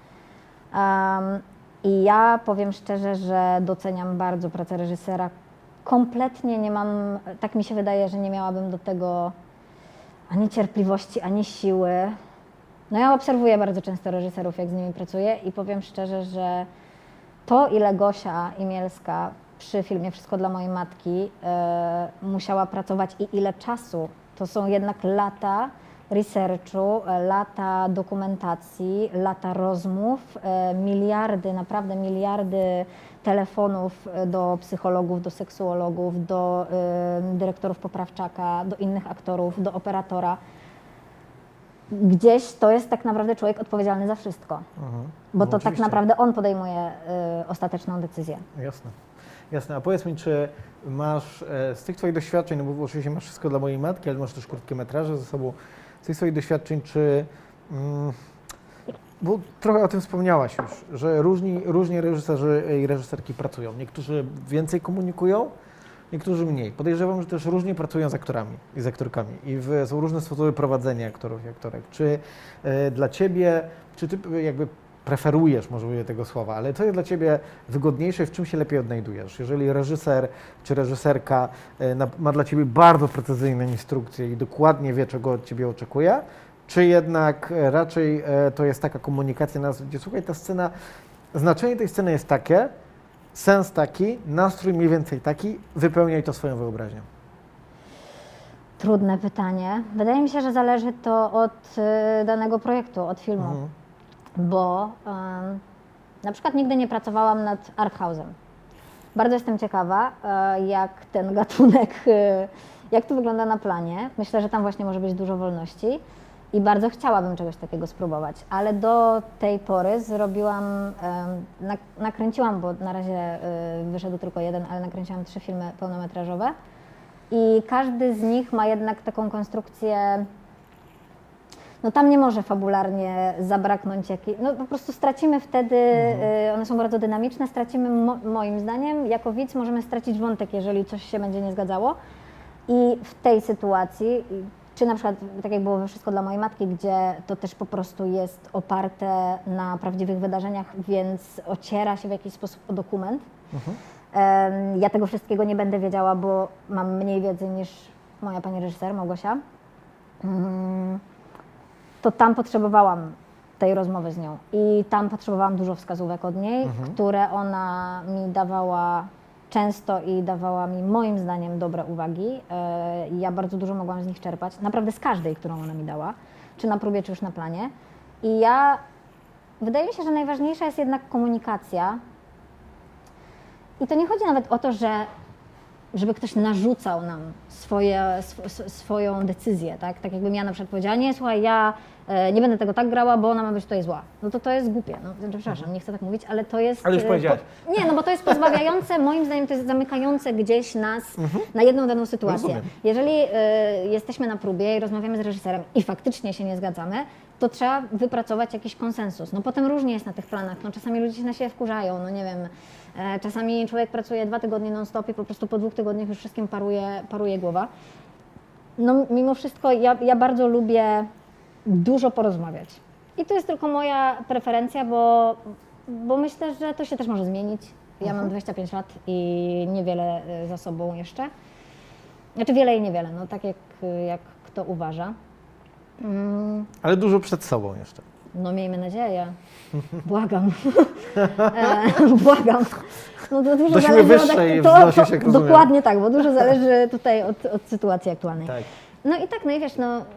I ja powiem szczerze, że doceniam bardzo pracę reżysera. Kompletnie nie mam, tak mi się wydaje, że nie miałabym do tego ani cierpliwości, ani siły. No ja obserwuję bardzo często reżyserów, jak z nimi pracuję i powiem szczerze, że to, ile Gosia Imielska przy filmie Wszystko dla mojej matki musiała pracować i ile czasu, to są jednak lata researchu, lata dokumentacji, lata rozmów, miliardy, naprawdę miliardy telefonów do psychologów, do seksuologów, do dyrektorów poprawczaka, do innych aktorów, do operatora. Gdzieś to jest tak naprawdę człowiek odpowiedzialny za wszystko, bo No to tak oczywiście. naprawdę on podejmuje ostateczną decyzję. Jasne. Jasne. A powiedz mi, czy masz z tych Twoich doświadczeń, no bo oczywiście masz Wszystko dla mojej matki, ale masz też krótkie metraże ze sobą, z tych swoich doświadczeń, czy... bo trochę o tym wspomniałaś już, że różni reżyserzy i reżyserki pracują. Niektórzy więcej komunikują, niektórzy mniej. Podejrzewam, że też różnie pracują z aktorami i z aktorkami są różne sposoby prowadzenia aktorów i aktorek. Czy dla Ciebie, czy Ty jakby preferujesz, może użyję tego słowa, ale co jest dla Ciebie wygodniejsze, w czym się lepiej odnajdujesz? Jeżeli reżyser czy reżyserka ma dla Ciebie bardzo precyzyjne instrukcje i dokładnie wie, czego od Ciebie oczekuje, czy jednak raczej to jest taka komunikacja nas, gdzie słuchaj, ta scena, znaczenie tej sceny jest takie, sens taki, nastrój mniej więcej taki, wypełniaj to swoją wyobraźnią. Trudne pytanie. Wydaje mi się, że zależy to od danego projektu, od filmu, bo na przykład nigdy nie pracowałam nad arthouse'em. Bardzo jestem ciekawa, jak ten gatunek, jak to wygląda na planie. Myślę, że tam właśnie może być dużo wolności i bardzo chciałabym czegoś takiego spróbować, ale do tej pory zrobiłam, nakręciłam, bo na razie wyszedł tylko jeden, ale nakręciłam 3 filmy pełnometrażowe i każdy z nich ma jednak taką konstrukcję, no tam nie może fabularnie zabraknąć jakiejś, no po prostu stracimy wtedy, one są bardzo dynamiczne, stracimy, moim zdaniem, jako widz możemy stracić wątek, jeżeli coś się będzie nie zgadzało i w tej sytuacji, czy na przykład, tak jak było we Wszystko dla mojej matki, gdzie to też po prostu jest oparte na prawdziwych wydarzeniach, więc ociera się w jakiś sposób o dokument. Ja tego wszystkiego nie będę wiedziała, bo mam mniej wiedzy niż moja pani reżyser, Małgosia. To tam potrzebowałam tej rozmowy z nią i tam potrzebowałam dużo wskazówek od niej, które ona mi dawała często i dawała mi, moim zdaniem, dobre uwagi. Ja bardzo dużo mogłam z nich czerpać, naprawdę z każdej, którą ona mi dała, czy na próbie, czy już na planie. I wydaje mi się, że najważniejsza jest jednak komunikacja. I to nie chodzi nawet o to, żeby ktoś narzucał nam swoją decyzję, tak? Tak jakbym ja na przykład powiedziała, nie, słuchaj, ja nie będę tego tak grała, bo ona ma być tutaj zła. No to jest głupie, no, przepraszam, nie chcę tak mówić, ale to jest... Ale już powiedziałaś. Nie, no bo to jest pozbawiające, moim zdaniem to jest zamykające gdzieś nas na jedną daną sytuację. Rozumiem. Jeżeli jesteśmy na próbie i rozmawiamy z reżyserem i faktycznie się nie zgadzamy, to trzeba wypracować jakiś konsensus. No potem różnie jest na tych planach, no czasami ludzie się na siebie wkurzają, no nie wiem, czasami człowiek pracuje 2 tygodnie non-stop i po prostu po 2 tygodniach już wszystkim paruje głowa. No mimo wszystko ja bardzo lubię dużo porozmawiać. I to jest tylko moja preferencja, bo myślę, że to się też może zmienić. Ja mam 25 lat i niewiele za sobą jeszcze. Znaczy wiele i niewiele, no tak jak kto uważa. Ale dużo przed sobą jeszcze. No miejmy nadzieję. Błagam. Błagam. No to dużo Do siły zależy wyższej wznosi się, jak rozumiem. dokładnie tak, bo dużo zależy tutaj od sytuacji aktualnej. Tak. No i tak, no i wiesz,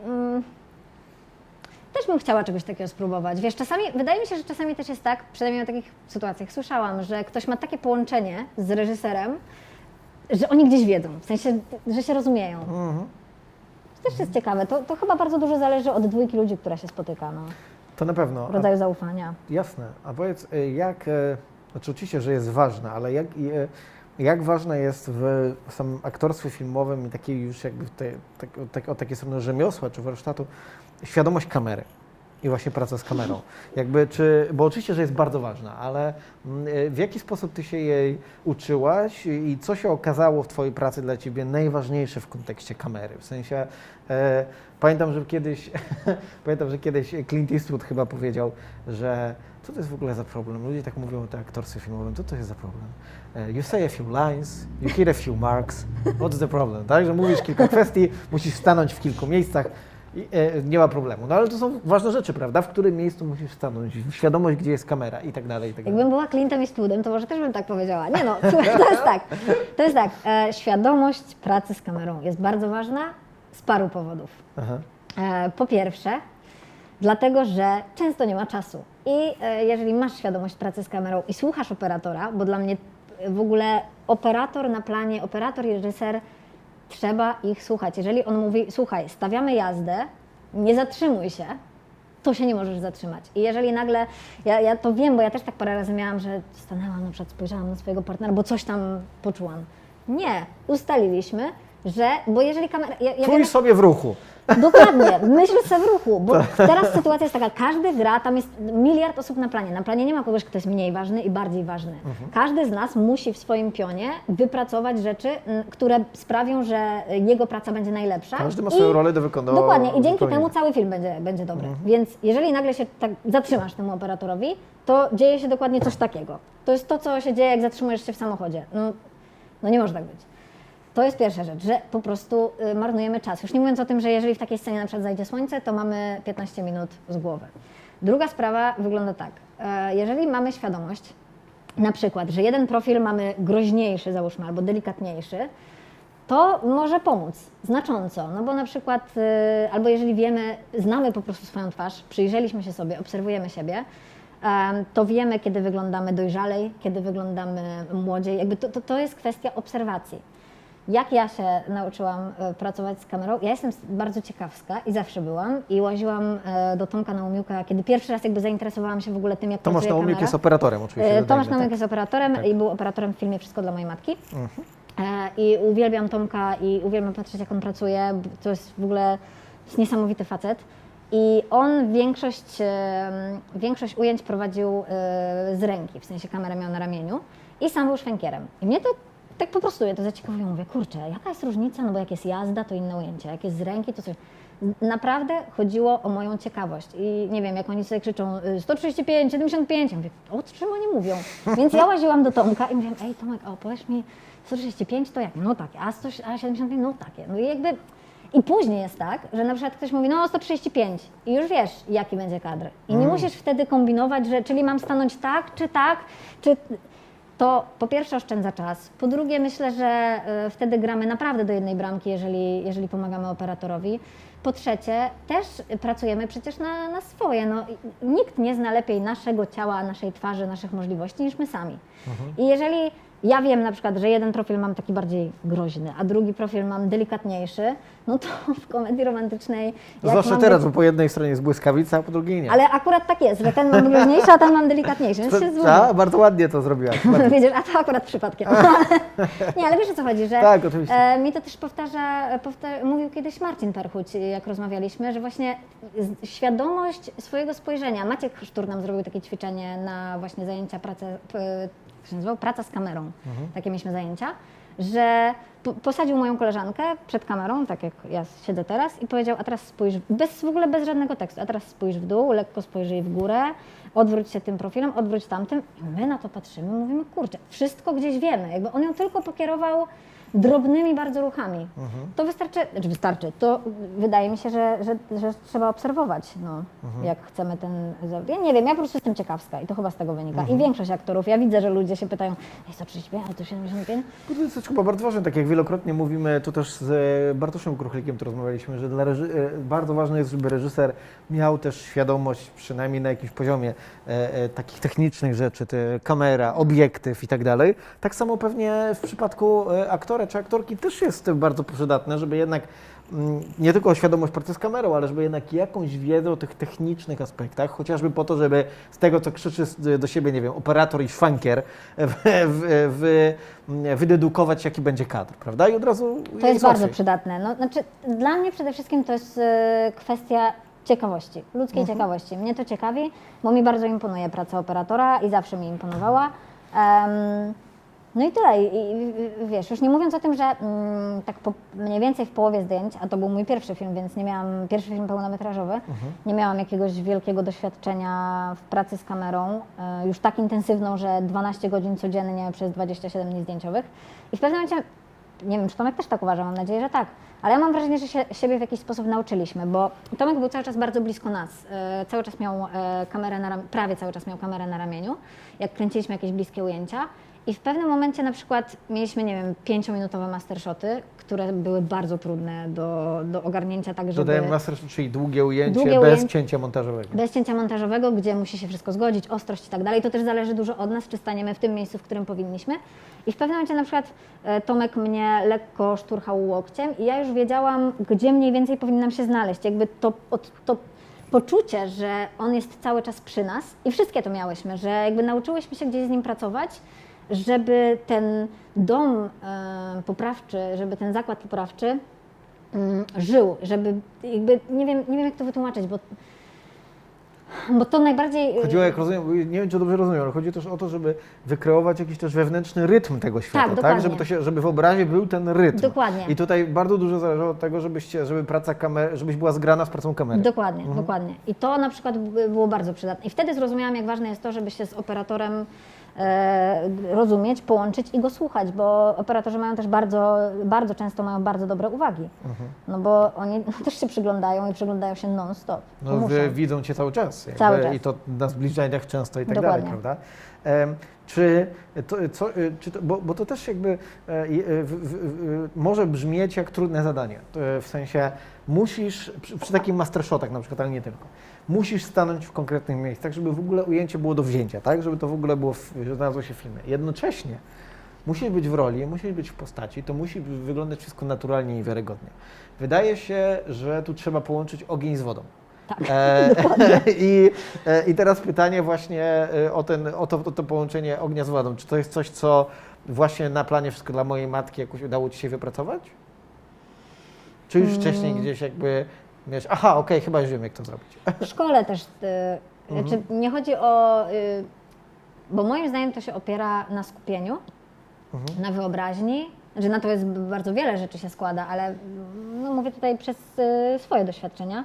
też bym chciała czegoś takiego spróbować. Wiesz, czasami, wydaje mi się, że czasami też jest tak, przynajmniej o takich sytuacjach słyszałam, że ktoś ma takie połączenie z reżyserem, że oni gdzieś wiedzą, w sensie, że się rozumieją. To też jest ciekawe, to chyba bardzo dużo zależy od dwójki ludzi, która się spotyka, no. To na pewno. Rodzaju zaufania. Jasne. A powiedz, znaczy oczywiście, że jest ważne, ale jak ważne jest w samym aktorstwie filmowym i takiej już jakby od takiej strony rzemiosła czy warsztatu świadomość kamery i właśnie praca z kamerą. Bo oczywiście, że jest bardzo ważna, ale w jaki sposób Ty się jej uczyłaś i co się okazało w Twojej pracy dla Ciebie najważniejsze w kontekście kamery? W sensie, pamiętam, że kiedyś Clint Eastwood chyba powiedział, że co to jest w ogóle za problem? Ludzie tak mówią o tym aktorstwie filmowym, co to jest za problem? You say a few lines, you hit a few marks, what's the problem? Tak, że mówisz kilka kwestii, musisz stanąć w kilku miejscach. Nie ma problemu. No ale to są ważne rzeczy, prawda? W którym miejscu musisz stanąć, świadomość, gdzie jest kamera i tak dalej, i tak dalej. Jakbym była Clintem Eastwoodem, to może też bym tak powiedziała. Nie no, to jest tak, świadomość pracy z kamerą jest bardzo ważna z paru powodów. Aha. Po pierwsze, dlatego, że często nie ma czasu. I jeżeli masz świadomość pracy z kamerą i słuchasz operatora, bo dla mnie w ogóle operator na planie, operator i reżyser, trzeba ich słuchać. Jeżeli on mówi, słuchaj, stawiamy jazdę, nie zatrzymuj się, to się nie możesz zatrzymać. I jeżeli nagle, ja to wiem, bo ja też tak parę razy miałam, że stanęłam, na przykład spojrzałam na swojego partnera, bo coś tam poczułam. Nie, ustaliliśmy, że, bo jeżeli kamera... Czuj sobie w ruchu. Dokładnie, myśl sobie w ruchu, bo teraz sytuacja jest taka, każdy gra, tam jest miliard osób na planie. Na planie nie ma kogoś, kto jest mniej ważny i bardziej ważny. Każdy z nas musi w swoim pionie wypracować rzeczy, które sprawią, że jego praca będzie najlepsza. Każdy ma swoją rolę do wykonania. Dokładnie i dzięki temu cały film będzie dobry. Więc jeżeli nagle się tak zatrzymasz temu operatorowi, to dzieje się dokładnie coś takiego. To jest to, co się dzieje, jak zatrzymujesz się w samochodzie. No nie może tak być. To jest pierwsza rzecz, że po prostu marnujemy czas. Już nie mówiąc o tym, że jeżeli w takiej scenie na przykład zajdzie słońce, to mamy 15 minut z głowy. Druga sprawa wygląda tak. Jeżeli mamy świadomość, na przykład, że jeden profil mamy groźniejszy, załóżmy, albo delikatniejszy, to może pomóc znacząco, no bo na przykład, albo jeżeli wiemy, znamy po prostu swoją twarz, przyjrzeliśmy się sobie, obserwujemy siebie, to wiemy, kiedy wyglądamy dojrzalej, kiedy wyglądamy młodziej. Jakby to jest kwestia obserwacji. Jak ja się nauczyłam pracować z kamerą? Ja jestem bardzo ciekawska i zawsze byłam i łaziłam do Tomka Naumiuka, kiedy pierwszy raz jakby zainteresowałam się w ogóle tym, jak pracuje kamera. Tomasz Naumiuk jest operatorem oczywiście. Tomasz Naumiuk jest operatorem i był operatorem w filmie Wszystko dla mojej matki. I uwielbiam Tomka i uwielbiam patrzeć, jak on pracuje. To jest w ogóle niesamowity facet. I on większość ujęć prowadził z ręki, w sensie kamerę miał na ramieniu i sam był szwękierem. I mnie to tak po prostu mnie to zaciekawiło. Mówię, kurczę, jaka jest różnica, no bo jak jest jazda, to inne ujęcie, jak jest z ręki, to coś. Naprawdę chodziło o moją ciekawość i nie wiem, jak oni sobie krzyczą 135, 75, ja mówię, o czym oni mówią? Więc ja łaziłam do Tomka i mówię, ej Tomek, powiesz mi 135 to jak? No takie, a 75 no takie. No i jakby... I później jest tak, że na przykład ktoś mówi, no 135 i już wiesz, jaki będzie kadr. I nie musisz wtedy kombinować, że czyli mam stanąć tak, czy... To po pierwsze oszczędza czas, po drugie myślę, że wtedy gramy naprawdę do jednej bramki, jeżeli pomagamy operatorowi. Po trzecie też pracujemy przecież na swoje. No, nikt nie zna lepiej naszego ciała, naszej twarzy, naszych możliwości niż my sami. I jeżeli ja wiem na przykład, że jeden profil mam taki bardziej groźny, a drugi profil mam delikatniejszy, no to w komedii romantycznej... Zwłaszcza teraz, bo po jednej stronie jest błyskawica, a po drugiej nie. Ale akurat tak jest, że ten mam groźniejszy, a ten mam delikatniejszy, więc się złożył. Bardzo ładnie to zrobiłaś. Widzisz, a to akurat przypadkiem. Nie, ale wiesz, o co chodzi, że tak, oczywiście. Mi to też mówił kiedyś Marcin Perchuć, jak rozmawialiśmy, że właśnie świadomość swojego spojrzenia. Maciek Sztur nam zrobił takie ćwiczenie na właśnie zajęcia praca z kamerą. Takie mieliśmy zajęcia, że posadził moją koleżankę przed kamerą, tak jak ja siedzę teraz i powiedział, a teraz spójrz, w ogóle bez żadnego tekstu, a teraz spójrz w dół, lekko spojrzyj w górę, odwróć się tym profilem, odwróć tamtym i my na to patrzymy, mówimy, kurczę, wszystko gdzieś wiemy, jakby on ją tylko pokierował drobnymi bardzo ruchami. To wystarczy, to wydaje mi się, że trzeba obserwować, jak chcemy ten... Ja nie wiem, ja po prostu jestem ciekawska i to chyba z tego wynika. I większość aktorów, ja widzę, że ludzie się pytają, 135, ale to 75? To jest chyba bardzo ważne, tak jak wielokrotnie mówimy, to też z Bartoszem Kruchlikiem to rozmawialiśmy, że bardzo ważne jest, żeby reżyser miał też świadomość, przynajmniej na jakimś poziomie takich technicznych rzeczy, kamera, obiektyw i tak dalej. Tak samo pewnie w przypadku aktora czy aktorki też jest bardzo przydatne, żeby jednak nie tylko świadomość pracy z kamerą, ale żeby jednak jakąś wiedzę o tych technicznych aspektach, chociażby po to, żeby z tego, co krzyczy do siebie, nie wiem, operator i szwankier, wydedukować, jaki będzie kadr, prawda? I od razu to jest bardzo przydatne. No, znaczy, dla mnie przede wszystkim to jest kwestia ciekawości, ludzkiej ciekawości. Mnie to ciekawi, bo mi bardzo imponuje praca operatora i zawsze mi imponowała. No i tyle. I wiesz, już nie mówiąc o tym, że tak mniej więcej w połowie zdjęć, a to był mój pierwszy film, więc nie miałam, pierwszy film pełnometrażowy, nie miałam jakiegoś wielkiego doświadczenia w pracy z kamerą, już tak intensywną, że 12 godzin codziennie przez 27 dni zdjęciowych. I w pewnym momencie, nie wiem, czy Tomek też tak uważa, mam nadzieję, że tak, Ale ja mam wrażenie, że siebie w jakiś sposób nauczyliśmy, bo Tomek był cały czas bardzo blisko nas. Cały czas miał kamerę prawie cały czas miał kamerę na ramieniu, jak kręciliśmy jakieś bliskie ujęcia. I w pewnym momencie na przykład mieliśmy, nie wiem, 5-minutowe mastershoty, które były bardzo trudne do ogarnięcia tak, żeby... Dodajemy mastershot, czyli długie ujęcie bez cięcia montażowego. Bez cięcia montażowego, gdzie musi się wszystko zgodzić, ostrość i tak dalej. To też zależy dużo od nas, czy staniemy w tym miejscu, w którym powinniśmy. I w pewnym momencie na przykład Tomek mnie lekko szturchał łokciem i ja już wiedziałam, gdzie mniej więcej powinnam się znaleźć. Jakby to poczucie, że on jest cały czas przy nas i wszystkie to miałyśmy, że jakby nauczyłyśmy się gdzieś z nim pracować, żeby ten dom poprawczy, żeby ten zakład poprawczy żył, żeby jakby, nie wiem jak to wytłumaczyć, bo to najbardziej... Chodziło, jak rozumiem, nie wiem, czy dobrze rozumiem, ale chodzi też o to, żeby wykreować jakiś też wewnętrzny rytm tego świata, tak? Żeby w obrazie był ten rytm. Dokładnie. I tutaj bardzo dużo zależało od tego, żebyś była zgrana z pracą kamery. Dokładnie, dokładnie. I to na przykład było bardzo przydatne. I wtedy zrozumiałam, jak ważne jest to, żeby się z operatorem rozumieć, połączyć i go słuchać, bo operatorzy mają też bardzo często mają bardzo dobre uwagi. No bo oni też się przyglądają i przyglądają się non-stop. No widzą Cię cały czas. I to na zbliżeniach często i tak dalej, prawda? Bo to też jakby może brzmieć jak trudne zadanie. W sensie musisz, przy takim mastershotach na przykład, ale nie tylko, musisz stanąć w konkretnych miejscach, żeby w ogóle ujęcie było do wzięcia, tak? Żeby to w ogóle znalazło się w filmie. Jednocześnie musisz być w roli, musisz być w postaci, to musi wyglądać wszystko naturalnie i wiarygodnie. Wydaje się, że tu trzeba połączyć ogień z wodą. Tak, I teraz pytanie właśnie o to połączenie ognia z wodą. Czy to jest coś, co właśnie na planie Wszystko dla mojej matki jakoś udało Ci się wypracować? Czy już wcześniej gdzieś jakby miałeś, okej, chyba już wiem, jak to zrobić. W szkole też, znaczy nie chodzi o, bo moim zdaniem to się opiera na skupieniu, na wyobraźni, że na to jest bardzo wiele rzeczy się składa, ale no, mówię tutaj przez swoje doświadczenia.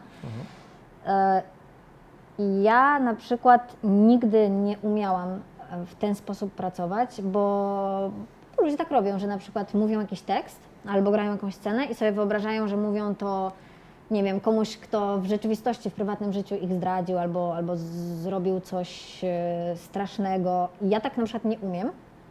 Ja na przykład nigdy nie umiałam w ten sposób pracować, bo ludzie tak robią, że na przykład mówią jakiś tekst albo grają jakąś scenę i sobie wyobrażają, że mówią to, nie wiem, komuś, kto w rzeczywistości, w prywatnym życiu ich zdradził albo zrobił coś strasznego. Ja tak na przykład nie umiem.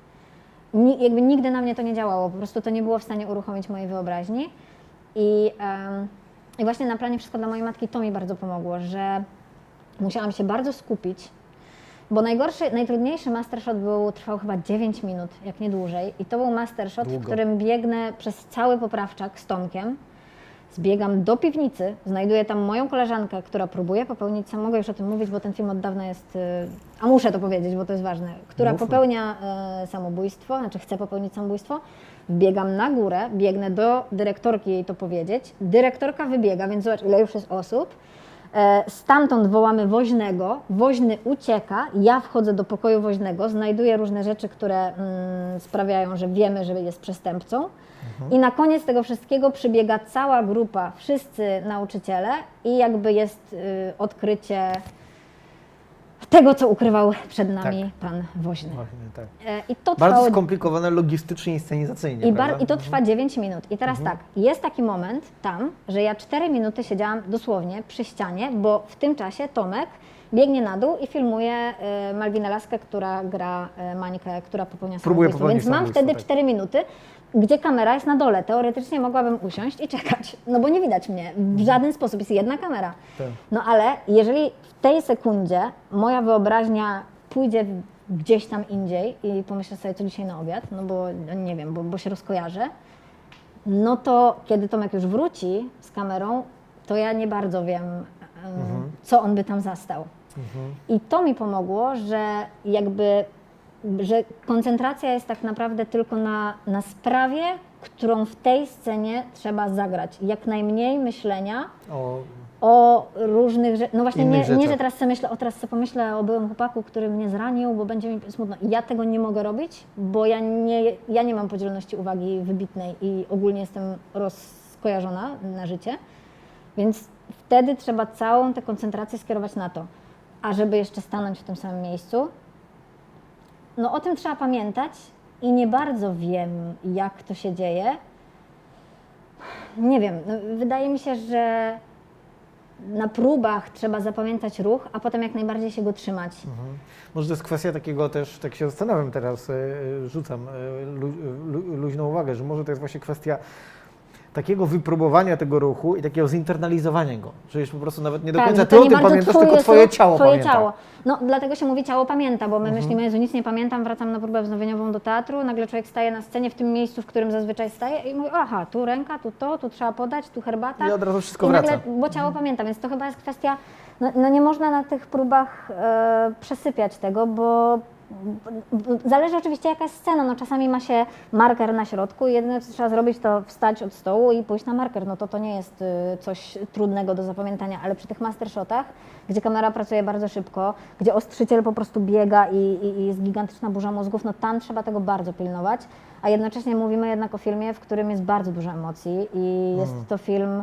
Jakby nigdy na mnie to nie działało, po prostu to nie było w stanie uruchomić mojej wyobraźni. I właśnie na planie Wszystko dla mojej matki to mi bardzo pomogło, że musiałam się bardzo skupić, bo najtrudniejszy mastershot trwał chyba 9 minut, jak nie dłużej. I to był mastershot, w którym biegnę przez cały poprawczak z Tomkiem, zbiegam do piwnicy, znajduję tam moją koleżankę, która próbuje popełnić, mogę już o tym mówić, bo ten film od dawna jest, a muszę to powiedzieć, bo to jest ważne, która popełnia samobójstwo, znaczy chce popełnić samobójstwo. Wbiegam na górę, biegnę do dyrektorki jej to powiedzieć, dyrektorka wybiega, więc zobacz, ile już jest osób. Stamtąd wołamy woźnego, woźny ucieka, ja wchodzę do pokoju woźnego, znajduję różne rzeczy, które sprawiają, że wiemy, że jest przestępcą. I na koniec tego wszystkiego przybiega cała grupa, wszyscy nauczyciele i jakby jest odkrycie tego, co ukrywał przed nami pan woźny. Tak. I to bardzo skomplikowane logistycznie i scenizacyjnie. I to trwa 9 minut. I teraz tak, jest taki moment tam, że ja 4 minuty siedziałam dosłownie przy ścianie, bo w tym czasie Tomek biegnie na dół i filmuje Malwinę Laskę, która gra Mańkę, która popełnia samobójstwo. Więc mam wtedy 4 minuty, gdzie kamera jest na dole. Teoretycznie mogłabym usiąść i czekać, no bo nie widać mnie w żaden sposób, jest jedna kamera. No ale jeżeli w tej sekundzie moja wyobraźnia pójdzie gdzieś tam indziej i pomyślę sobie, co dzisiaj na obiad, no bo nie wiem, bo się rozkojarzę, no to kiedy Tomek już wróci z kamerą, to ja nie bardzo wiem, co on by tam zastał. I to mi pomogło, że koncentracja jest tak naprawdę tylko na sprawie, którą w tej scenie trzeba zagrać. Jak najmniej myślenia o różnych rzeczach. No właśnie nie, że teraz sobie pomyślę o byłym chłopaku, który mnie zranił, bo będzie mi smutno. Ja tego nie mogę robić, bo ja nie mam podzielności uwagi wybitnej i ogólnie jestem rozkojarzona na życie. Więc wtedy trzeba całą tę koncentrację skierować na to. A żeby jeszcze stanąć w tym samym miejscu, no o tym trzeba pamiętać i nie bardzo wiem, jak to się dzieje. Nie wiem, no, wydaje mi się, że na próbach trzeba zapamiętać ruch, a potem jak najbardziej się go trzymać. Może to jest kwestia takiego też, tak się zastanawiam teraz, rzucam luźną uwagę, że może to jest właśnie kwestia takiego wypróbowania tego ruchu i takiego zinternalizowania go, że już po prostu nawet nie do końca że ty to o nie tym bardzo pamiętasz, twój tylko jest twoje ruch, ciało twoje pamięta. ciało. No dlatego się mówi ciało pamięta, bo my myślimy, że nic nie pamiętam, wracam na próbę wznowieniową do teatru, nagle człowiek staje na scenie w tym miejscu, w którym zazwyczaj staje i mówi, aha, tu ręka, tu to, tu trzeba podać, tu herbata. I od razu wszystko I nagle, wraca. bo ciało pamięta, więc to chyba jest kwestia, no nie można na tych próbach przesypiać tego, bo zależy oczywiście jaka jest scena, no czasami ma się marker na środku i jedyne co trzeba zrobić to wstać od stołu i pójść na marker, no to nie jest coś trudnego do zapamiętania, ale przy tych mastershotach, gdzie kamera pracuje bardzo szybko, gdzie ostrzyciel po prostu biega i jest gigantyczna burza mózgów, no tam trzeba tego bardzo pilnować, a jednocześnie mówimy jednak o filmie, w którym jest bardzo dużo emocji i jest to film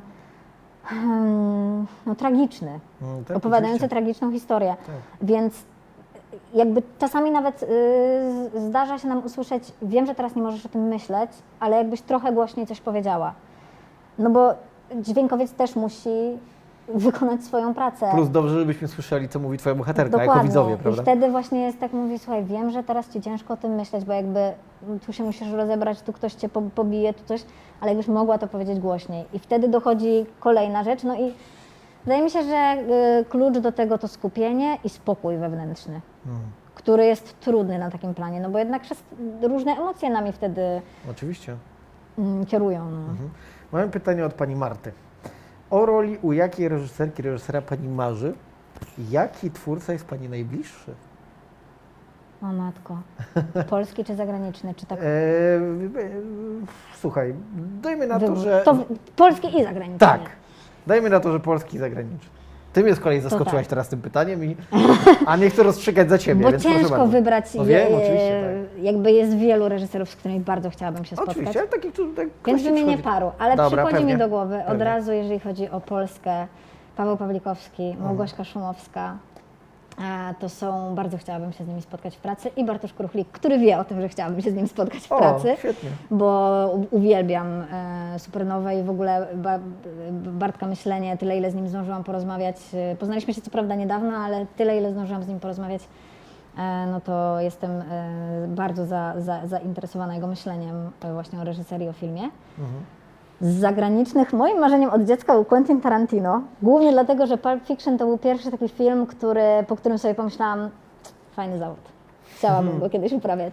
no, tragiczny, Tak, opowiadający oczywiście. tragiczną historię, Tak. więc jakby czasami nawet zdarza się nam usłyszeć, wiem, że teraz nie możesz o tym myśleć, ale jakbyś trochę głośniej coś powiedziała. No bo dźwiękowiec też musi wykonać swoją pracę. Plus dobrze, żebyśmy słyszeli, co mówi twoja bohaterka, jako Dokładnie. widzowie, prawda? I wtedy właśnie jest tak, mówi, słuchaj, wiem, że teraz ci ciężko o tym myśleć, bo jakby tu się musisz rozebrać, tu ktoś cię pobije, tu coś, ale jakbyś mogła to powiedzieć głośniej. I wtedy dochodzi kolejna rzecz, no i wydaje mi się, że klucz do tego to skupienie i spokój wewnętrzny, który jest trudny na takim planie, no bo jednak różne emocje nami wtedy Oczywiście. kierują. No. Mam pytanie od pani Marty. O roli u jakiej reżyserki, reżysera pani marzy? Jaki twórca jest pani najbliższy? O matko, polski czy zagraniczny, czy tak? Słuchaj, dajmy na to, Wybór. że... To polski i zagraniczny. Tak, dajmy na to, że polski i zagraniczny. Ty mnie z kolei zaskoczyłaś tak. teraz tym pytaniem, a nie chcę rozstrzygać za ciebie, Bo więc proszę ciężko bardzo. wybrać, No wiem, oczywiście, jakby jest wielu reżyserów, z którymi bardzo chciałabym się spotkać. Oczywiście, ale takich tu... Tak Więc wymienię przychodzi. paru, ale Dobra, przychodzi pewnie. mi do głowy od Pewnie. razu, jeżeli chodzi o Polskę, Paweł Pawlikowski, Małgorzata Szumowska. To są, bardzo chciałabym się z nimi spotkać w pracy i Bartosz Kruchlik, który wie o tym, że chciałabym się z nim spotkać w pracy, świetnie. bo uwielbiam Supernowe i w ogóle Bartka Myślenie, tyle ile z nim zdążyłam porozmawiać. Poznaliśmy się co prawda niedawno, ale tyle ile zdążyłam z nim porozmawiać, no to jestem bardzo zainteresowana jego myśleniem właśnie o reżyserii, o filmie. Z zagranicznych, moim marzeniem od dziecka był Quentin Tarantino, głównie dlatego, że Pulp Fiction to był pierwszy taki film, po którym sobie pomyślałam, fajny zawód, chciałabym go kiedyś uprawiać.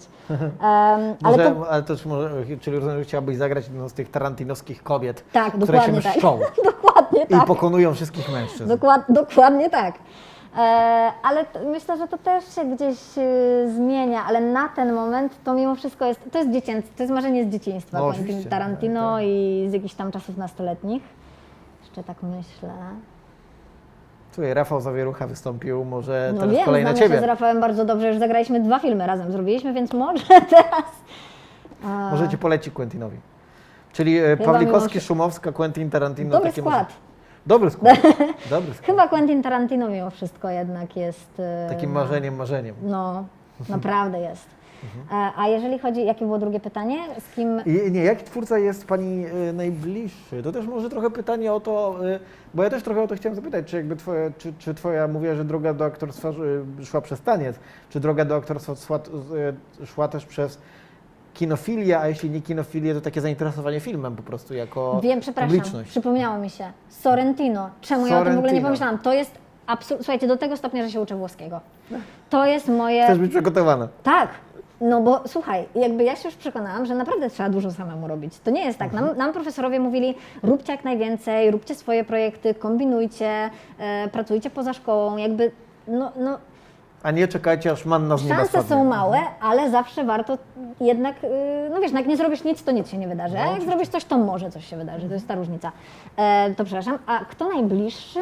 Ale to czyli rozumiem, że chciałabyś zagrać jedną z tych tarantinowskich kobiet, Tak, które się dokładnie tak. mszczą Dokładnie i tak. pokonują wszystkich mężczyzn. Dokładnie tak. Ale myślę, że to też się gdzieś zmienia, ale na ten moment to mimo wszystko to jest dziecięce, to jest marzenie z dzieciństwa, No, Quentin oczywiście, Tarantino tak. i z jakichś tam czasów nastoletnich. Jeszcze tak myślę. Słuchaj, Rafał Zawierucha wystąpił, może No teraz wiem, kolej na znamy się ciebie. z Rafałem bardzo dobrze, już zagraliśmy 2 filmy razem, zrobiliśmy, więc może teraz. Może cię poleci Quentinowi. Czyli Chyba Pawlikowski, mimo- Szumowska, Quentin Tarantino. Dobry takie skład. Dobry skład. Dobry skład. Chyba Quentin Tarantino mimo wszystko jednak jest... Takim marzeniem. No, naprawdę jest. A jeżeli chodzi, jakie było drugie pytanie? Z kim... Jaki twórca jest pani najbliższy? To też może trochę pytanie o to, bo ja też trochę o to chciałem zapytać, czy jakby czy twoja, mówiła, że droga do aktorstwa szła przez taniec, czy droga do aktorstwa szła też przez kinofilię, a jeśli nie kinofilię, to takie zainteresowanie filmem po prostu jako Wiem, przepraszam, publiczność. przypomniało mi się. Sorrentino. Czemu ja o tym w ogóle nie Sorrentino. pomyślałam? To jest słuchajcie, do tego stopnia, że się uczę włoskiego. To jest moje... Chcesz być przygotowana. Tak, no bo słuchaj, jakby ja się już przekonałam, że naprawdę trzeba dużo samemu robić. To nie jest tak. Nam profesorowie mówili, róbcie jak najwięcej, róbcie swoje projekty, kombinujcie, pracujcie poza szkołą, jakby no A nie czekajcie, aż manna z nieba szanse spadnie. są małe, ale zawsze warto jednak, no wiesz, jak nie zrobisz nic, to nic się nie wydarzy, a jak zrobisz coś, to może coś się wydarzy, to jest ta różnica. To przepraszam, a kto najbliższy?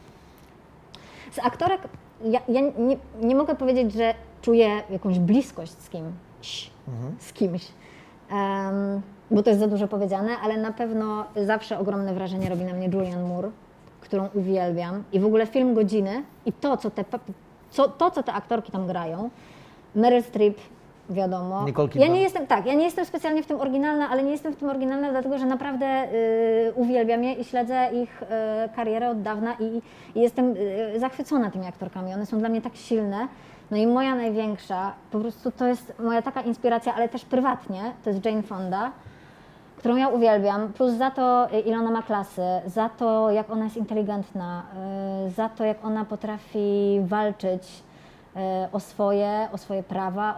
Z aktorek, ja nie mogę powiedzieć, że czuję jakąś bliskość z kimś, bo to jest za dużo powiedziane, ale na pewno zawsze ogromne wrażenie robi na mnie Julianne Moore, którą uwielbiam i w ogóle film Godziny i to, co te aktorki tam grają, Meryl Streep, wiadomo. Nicole Ja Kidman. nie jestem, tak, ja nie jestem specjalnie w tym oryginalna, ale nie jestem w tym oryginalna, dlatego że naprawdę uwielbiam je i śledzę ich karierę od dawna i jestem zachwycona tymi aktorkami. One są dla mnie tak silne. No i moja największa, po prostu to jest moja taka inspiracja, ale też prywatnie, to jest Jane Fonda, którą ja uwielbiam, plus za to, ile ona ma klasy, za to, jak ona jest inteligentna, za to, jak ona potrafi walczyć o swoje prawa,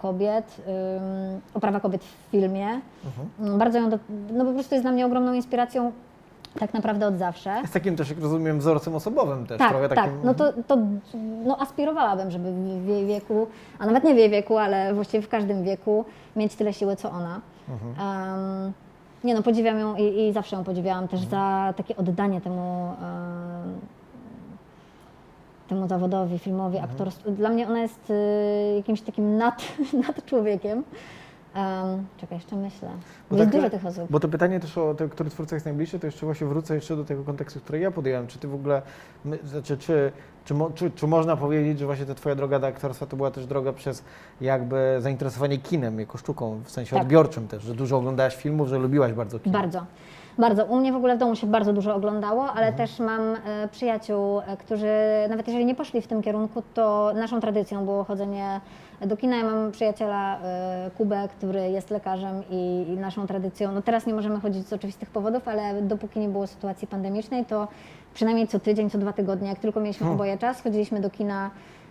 o prawa kobiet w filmie. Bardzo ją, no po prostu jest dla mnie ogromną inspiracją tak naprawdę od zawsze. Jest takim też, jak rozumiem, wzorcem osobowym też. Tak, trochę tak. takim... No aspirowałabym, żeby w jej wieku, a nawet nie w jej wieku, ale właściwie w każdym wieku mieć tyle siły, co ona. Nie no, podziwiam ją i zawsze ją podziwiałam też za takie oddanie temu zawodowi, filmowi, aktorstwu. Dla mnie ona jest jakimś takim nad człowiekiem. Czekaj, jeszcze myślę. Bo jest dużo tych osób. Bo to pytanie też o to, który twórca jest najbliższy, to jeszcze właśnie wrócę jeszcze do tego kontekstu, który ja podjąłem. Czy ty w ogóle, czy można powiedzieć, że właśnie ta twoja droga do aktorstwa to była też droga przez jakby zainteresowanie kinem jako sztuką, w sensie Tak. odbiorczym też, że dużo oglądałaś filmów, że lubiłaś bardzo kino? Bardzo. Bardzo. U mnie w ogóle w domu się bardzo dużo oglądało, ale też mam przyjaciół, którzy nawet jeżeli nie poszli w tym kierunku, to naszą tradycją było chodzenie do kina. Ja mam przyjaciela Kubę, który jest lekarzem i naszą tradycją, no teraz nie możemy chodzić z oczywistych powodów, ale dopóki nie było sytuacji pandemicznej, to przynajmniej co tydzień, co 2 tygodnie, jak tylko mieliśmy oboje czas, chodziliśmy do kina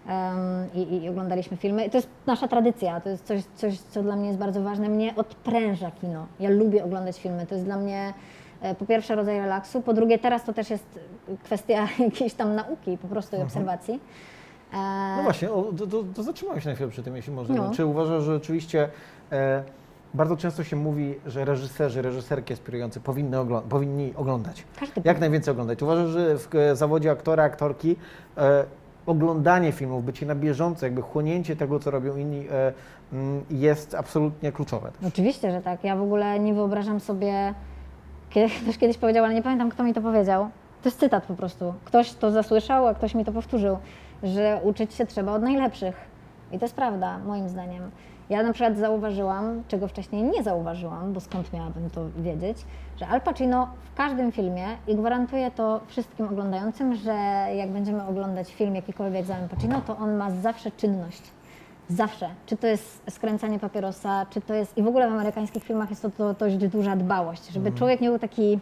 i oglądaliśmy filmy. I to jest nasza tradycja, to jest coś, co dla mnie jest bardzo ważne. Mnie odpręża kino. Ja lubię oglądać filmy. To jest dla mnie po pierwsze rodzaj relaksu, po drugie teraz to też jest kwestia jakiejś tam nauki po prostu i obserwacji. No właśnie, to zatrzymałem się na chwilę przy tym, jeśli można. No. Czy uważasz, że rzeczywiście bardzo często się mówi, że reżyserzy, reżyserki aspirujący powinni oglądać? Każdy Jak najwięcej oglądać? Czy uważasz, że w zawodzie aktora, aktorki oglądanie filmów, bycie na bieżąco, jakby chłonięcie tego, co robią inni, jest absolutnie kluczowe też? Oczywiście, że tak. Ja w ogóle nie wyobrażam sobie, ktoś kiedyś powiedział, ale nie pamiętam, kto mi to powiedział. To jest cytat po prostu. Ktoś to zasłyszał, a ktoś mi to powtórzył, że uczyć się trzeba od najlepszych. I to jest prawda, moim zdaniem. Ja na przykład zauważyłam, czego wcześniej nie zauważyłam, bo skąd miałabym to wiedzieć, że Al Pacino w każdym filmie, i gwarantuję to wszystkim oglądającym, że jak będziemy oglądać film jakikolwiek z Al Pacino, to on ma zawsze czynność. Zawsze. Czy to jest skręcanie papierosa, czy to jest... I w ogóle w amerykańskich filmach jest to dość duża dbałość, żeby człowiek nie był taki...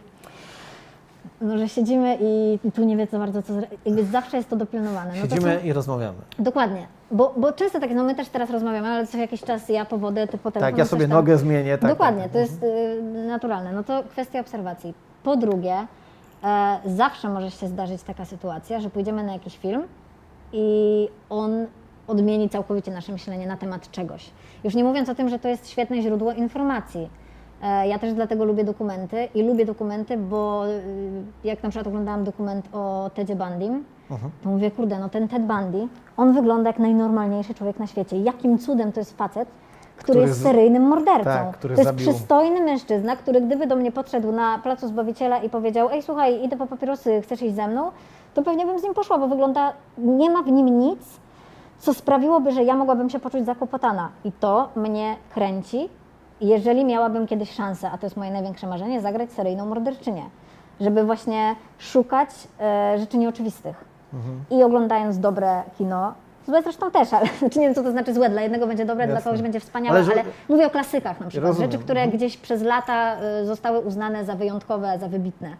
No, że siedzimy i tu nie wie za bardzo co zrobić. Jakby zawsze jest to dopilnowane. No Siedzimy i rozmawiamy. Dokładnie. Bo często tak, no my też teraz rozmawiamy, ale co jakiś czas ja po wodę, ty po telefon. Tak, ja sobie nogę zmienię. Tak, Dokładnie, tak. to jest naturalne. No to kwestia obserwacji. Po drugie, zawsze może się zdarzyć taka sytuacja, że pójdziemy na jakiś film i on odmieni całkowicie nasze myślenie na temat czegoś. Już nie mówiąc o tym, że to jest świetne źródło informacji. Ja też dlatego lubię dokumenty i lubię dokumenty, bo jak na przykład oglądałam dokument o Tedzie Bundym, to mówię, kurde, no ten Ted Bundy, on wygląda jak najnormalniejszy człowiek na świecie. Jakim cudem to jest facet, który jest seryjnym mordercą. Tak, który to jest zabił. przystojny mężczyzna, który gdyby do mnie podszedł na Placu Zbawiciela i powiedział, ej słuchaj, idę po papierosy, chcesz iść ze mną? To pewnie bym z nim poszła, bo wygląda, nie ma w nim nic, co sprawiłoby, że ja mogłabym się poczuć zakłopotana. I to mnie kręci. Jeżeli miałabym kiedyś szansę, a to jest moje największe marzenie, zagrać seryjną morderczynię, żeby właśnie szukać rzeczy nieoczywistych. I oglądając dobre kino, złe zresztą też, ale znaczy nie wiem, co to znaczy złe, dla jednego będzie dobre, dla kogoś będzie wspaniałe, ale mówię o klasykach na przykład, Rozumiem. rzeczy, które gdzieś przez lata zostały uznane za wyjątkowe, za wybitne.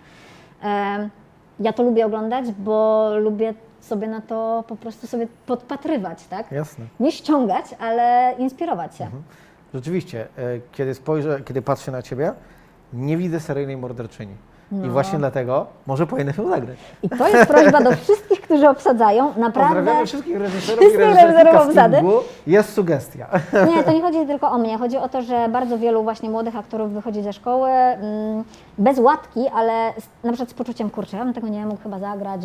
Ja to lubię oglądać, bo lubię sobie na to po prostu sobie podpatrywać, tak? Jasne. Nie ściągać, ale inspirować się. Rzeczywiście, kiedy patrzę na Ciebie, nie widzę seryjnej morderczyni. I No. właśnie dlatego może powinienem ją zagrać. I to jest prośba do wszystkich, którzy obsadzają. Naprawdę. Pozdrawiamy wszystkich reżyserów i Wszystkich reżyserki reżyserów obsady. castingu. Jest sugestia. Nie, to nie chodzi tylko o mnie. Chodzi o to, że bardzo wielu właśnie młodych aktorów wychodzi ze szkoły bez łatki, ale na przykład z poczuciem, kurczę, ja bym tego nie mógł chyba zagrać,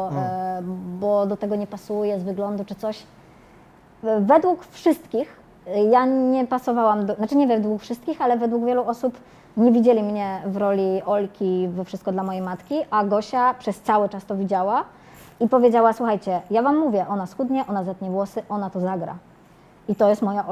bo do tego nie pasuje z wyglądu czy coś. Według wszystkich, ja nie pasowałam, znaczy nie według wszystkich, ale według wielu osób nie widzieli mnie w roli Olki we Wszystko dla mojej matki, a Gosia przez cały czas to widziała i powiedziała, słuchajcie, ja wam mówię, ona schudnie, ona zetnie włosy, ona to zagra. I to jest moja Olka.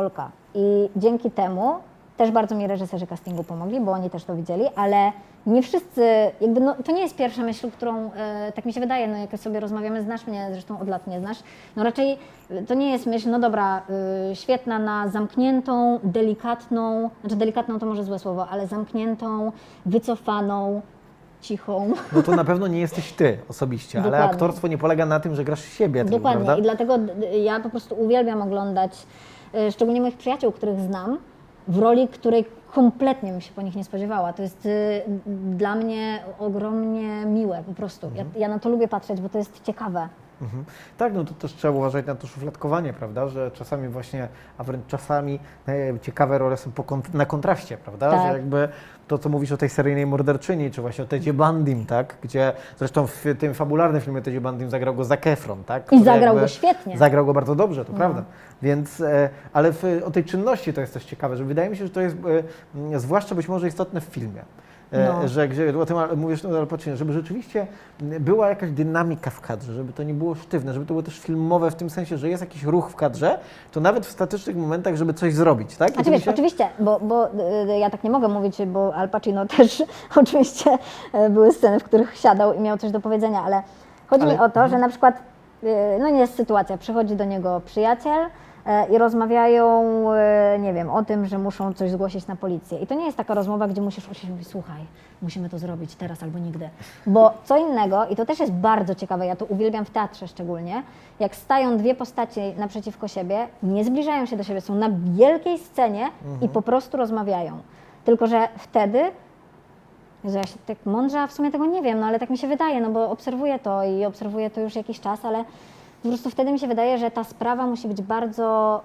I dzięki temu też bardzo mi reżyserzy castingu pomogli, bo oni też to widzieli, ale nie wszyscy, jakby no, to nie jest pierwsza myśl, którą, tak mi się wydaje, no jak sobie rozmawiamy, znasz mnie, zresztą od lat nie znasz, no raczej to nie jest myśl, no dobra, świetna na zamkniętą, delikatną, znaczy delikatną to może złe słowo, ale zamkniętą, wycofaną, cichą. No to na pewno nie jesteś ty osobiście, ale Dokładnie. aktorstwo nie polega na tym, że grasz siebie tylko, Dokładnie prawda? i dlatego ja po prostu uwielbiam oglądać, szczególnie moich przyjaciół, których znam, w roli, której kompletnie bym się po nich nie spodziewała. To jest dla mnie ogromnie miłe po prostu. Ja na to lubię patrzeć, bo to jest ciekawe. Mhm. Tak, no to też trzeba uważać na to szufladkowanie, prawda, że czasami właśnie, a wręcz czasami ciekawe role są na kontraście, prawda, Tak. że jakby to, co mówisz o tej seryjnej morderczyni, czy właśnie o Tedzie Bundim, tak, gdzie zresztą w tym fabularnym filmie Tedzie Bundim zagrał go Zac Efron, tak. I który zagrał jakby go świetnie. Zagrał go bardzo dobrze, to prawda. Więc, ale o tej czynności to jest też ciekawe, że wydaje mi się, że to jest zwłaszcza być może istotne w filmie. No. Że gdzie o tym mówisz, no, Al Pacino, żeby rzeczywiście była jakaś dynamika w kadrze, żeby to nie było sztywne, żeby to było też filmowe w tym sensie, że jest jakiś ruch w kadrze, to nawet w statycznych momentach, żeby coś zrobić, tak? I Znaczy to mi wiesz, się- oczywiście, bo ja tak nie mogę mówić, bo Al Pacino też oczywiście były sceny, w których siadał i miał coś do powiedzenia, ale chodzi mi o to, że na przykład, no nie jest sytuacja, przychodzi do niego przyjaciel i rozmawiają, nie wiem, o tym, że muszą coś zgłosić na policję. I to nie jest taka rozmowa, gdzie musisz usiąść i mówić, słuchaj, musimy to zrobić teraz albo nigdy. Bo co innego, i to też jest bardzo ciekawe, ja to uwielbiam w teatrze szczególnie, jak stają dwie postaci naprzeciwko siebie, nie zbliżają się do siebie, są na wielkiej scenie i po prostu rozmawiają. Tylko że wtedy, Jezu, ja się tak mądrze, a w sumie tego nie wiem, no ale tak mi się wydaje, no bo obserwuję to i obserwuję to już jakiś czas, ale po prostu wtedy mi się wydaje, że ta sprawa musi być bardzo,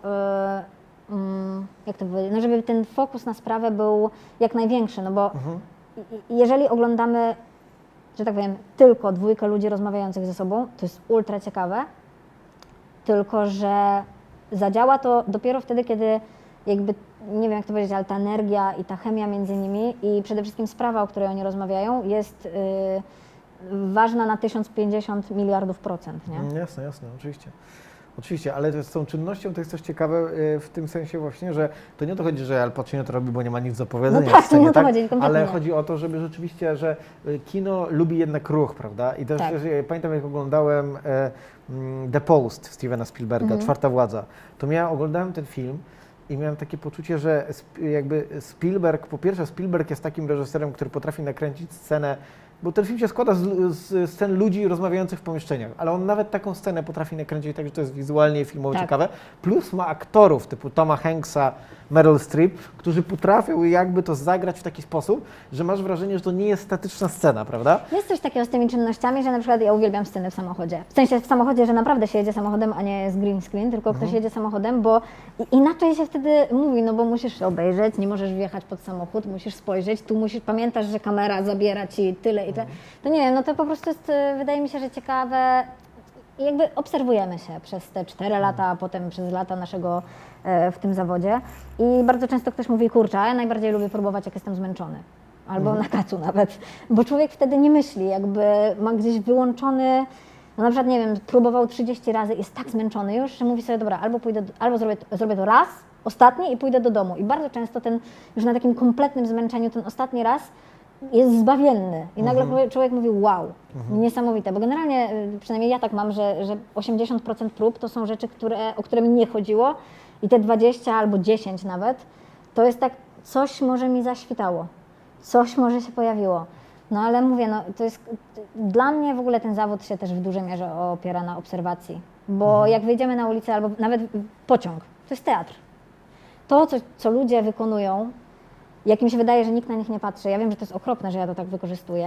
jak to powiedzieć, no żeby ten fokus na sprawę był jak największy, no bo jeżeli oglądamy, że tak powiem, tylko dwójkę ludzi rozmawiających ze sobą, to jest ultra ciekawe, tylko że zadziała to dopiero wtedy, kiedy jakby, nie wiem jak to powiedzieć, ale ta energia i ta chemia między nimi i przede wszystkim sprawa, o której oni rozmawiają, jest ważna na 1050 miliardów procent, nie? Jasne, jasne, oczywiście. Oczywiście, ale z tą czynnością to jest coś ciekawe w tym sensie właśnie, że to nie o to chodzi, że Al Pacino to robi, bo nie ma nic do powiedzenia No tak, w scenie, nie o to tak? chodzi, kompletnie Ale nie. chodzi o to, żeby rzeczywiście, że kino lubi jednak ruch, prawda? I też Tak. pamiętam, jak oglądałem The Post Stevena Spielberga, Czwarta Władza, to oglądałem ten film i miałem takie poczucie, że jakby Spielberg, po pierwsze Spielberg jest takim reżyserem, który potrafi nakręcić scenę, bo ten film się składa z scen ludzi rozmawiających w pomieszczeniach, ale on nawet taką scenę potrafi nakręcić tak, że to jest wizualnie i filmowo Tak. ciekawe. Plus ma aktorów typu Toma Hanksa, Meryl Streep, którzy potrafią jakby to zagrać w taki sposób, że masz wrażenie, że to nie jest statyczna scena, prawda? Jest coś takiego z tymi czynnościami, że na przykład ja uwielbiam sceny w samochodzie. W sensie w samochodzie, że naprawdę się jedzie samochodem, a nie jest green screen, tylko ktoś jedzie samochodem, bo inaczej się wtedy mówi, no bo musisz obejrzeć, nie możesz wjechać pod samochód, musisz spojrzeć, tu pamiętasz, że kamera zabiera ci tyle i tyle. To nie wiem, no to po prostu jest, wydaje mi się, że ciekawe. I jakby obserwujemy się przez te 4 lata, a potem przez lata naszego w tym zawodzie. I bardzo często ktoś mówi, kurczę, a ja najbardziej lubię próbować, jak jestem zmęczony. Albo na kacu nawet. Bo człowiek wtedy nie myśli, jakby ma gdzieś wyłączony, no na przykład, nie wiem, próbował 30 razy, jest tak zmęczony już, że mówi sobie, dobra, albo zrobię to raz, ostatni i pójdę do domu. I bardzo często już na takim kompletnym zmęczeniu ten ostatni raz jest zbawienny. I nagle człowiek mówi, wow, niesamowite. Bo generalnie, przynajmniej ja tak mam, że 80% prób to są rzeczy, o które mi nie chodziło i te 20 albo 10 nawet, to jest tak, coś może mi zaświtało, coś może się pojawiło. No ale mówię, no to jest, dla mnie w ogóle ten zawód się też w dużej mierze opiera na obserwacji. Bo jak wyjdziemy na ulicę albo nawet pociąg, to jest teatr. To, co ludzie wykonują, jak mi się wydaje, że nikt na nich nie patrzy. Ja wiem, że to jest okropne, że ja to tak wykorzystuję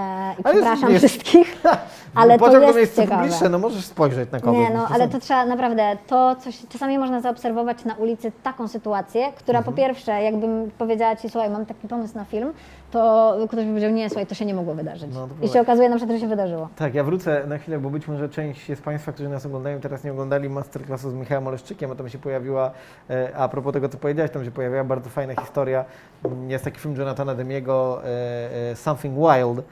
i przepraszam jest- wszystkich, ale to Pociąg do jest miejsca ciekawe. publiczne, no możesz spojrzeć na kogoś. Nie, no ale są- to trzeba naprawdę, czasami można zaobserwować na ulicy taką sytuację, która po pierwsze, jakbym powiedziała Ci, słuchaj, mam taki pomysł na film, to ktoś by powiedział, nie, słuchaj, to się nie mogło wydarzyć. No, to I prawda. się okazuje na przykład, że się wydarzyło. Tak, ja wrócę na chwilę, bo być może część z Państwa, którzy nas oglądają, teraz nie oglądali masterclassu z Michałem Oleszczykiem, a tam się pojawiła, a propos tego, co powiedziałeś, tam się pojawiła bardzo fajna historia. Jest taki film Jonathana Demiego, Something Wild,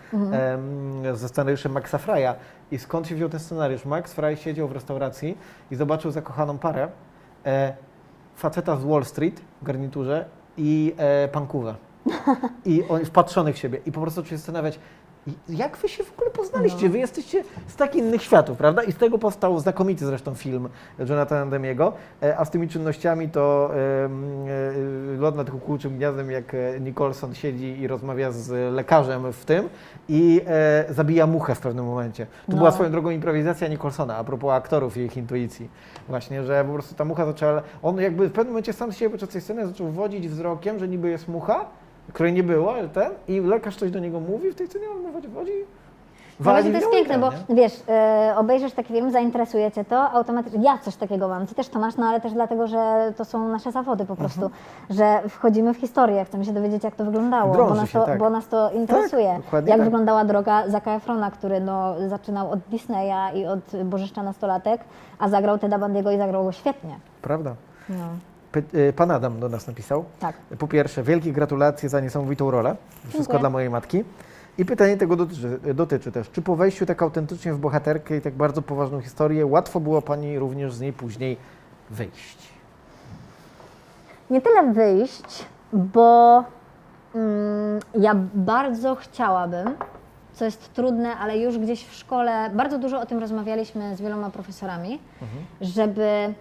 ze scenariuszem Maxa Frya. I skąd się wziął ten scenariusz? Max Fry siedział w restauracji i zobaczył zakochaną parę faceta z Wall Street w garniturze i pankówę. I on wpatrzonych w siebie. I po prostu się zastanawiać, jak wy się w ogóle poznaliście? Wy jesteście z tak innych światów, prawda? I z tego powstał znakomity zresztą film Jonathana Demiego, a z tymi czynnościami to Lot nad kukułczym gniazdem, jak Nicholson siedzi i rozmawia z lekarzem w tym i zabija muchę w pewnym momencie. To była swoją drogą improwizacja Nicholsona, a propos aktorów i ich intuicji. Właśnie, że po prostu ta mucha zaczęła, on jakby w pewnym momencie sam z siebie podczas tej sceny zaczął wodzić wzrokiem, że niby jest mucha, której nie było, ale i lekarz coś do niego mówi w tej scenie, on mu wodzi. No właśnie to jest piękne, bo wiesz, obejrzysz taki film, zainteresuje Cię to, automatycznie, ja coś takiego mam, Ty też to masz, no ale też dlatego, że to są nasze zawody po prostu, że wchodzimy w historię, chcemy się dowiedzieć, jak to wyglądało, bo nas to interesuje. Tak, jak wyglądała droga Zacka Efrona, który zaczynał od Disneya i od Bożyszcza Nastolatek, a zagrał Teda Bundy'ego i zagrał go świetnie. Prawda. No. Pan Adam do nas napisał. Tak. Po pierwsze, wielkie gratulacje za niesamowitą rolę. Wszystko dla mojej matki. I pytanie tego dotyczy też, czy po wejściu tak autentycznie w bohaterkę i tak bardzo poważną historię, łatwo było Pani również z niej później wyjść? Nie tyle wyjść, bo ja bardzo chciałabym, co jest trudne, ale już gdzieś w szkole, bardzo dużo o tym rozmawialiśmy z wieloma profesorami, żeby,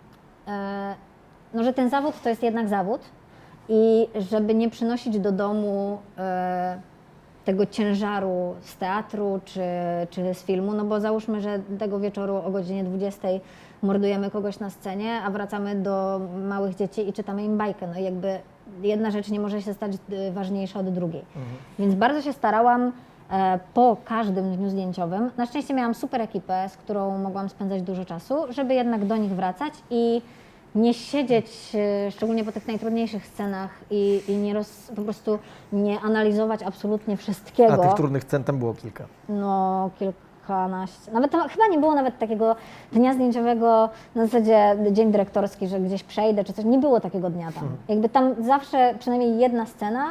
że ten zawód to jest jednak zawód i żeby nie przynosić do domu tego ciężaru z teatru czy z filmu, no bo załóżmy, że tego wieczoru o godzinie 20 mordujemy kogoś na scenie, a wracamy do małych dzieci i czytamy im bajkę. No i jakby jedna rzecz nie może się stać ważniejsza od drugiej. Więc bardzo się starałam po każdym dniu zdjęciowym. Na szczęście miałam super ekipę, z którą mogłam spędzać dużo czasu, żeby jednak do nich wracać i nie siedzieć, szczególnie po tych najtrudniejszych scenach i po prostu nie analizować absolutnie wszystkiego. A tych trudnych scen tam było kilka. No, kilkanaście. Nawet tam, chyba nie było nawet takiego dnia zdjęciowego na zasadzie dzień dyrektorski, że gdzieś przejdę czy coś. Nie było takiego dnia tam. Jakby tam zawsze przynajmniej jedna scena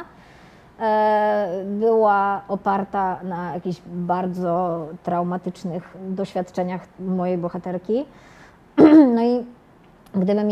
była oparta na jakichś bardzo traumatycznych doświadczeniach mojej bohaterki. No i gdybym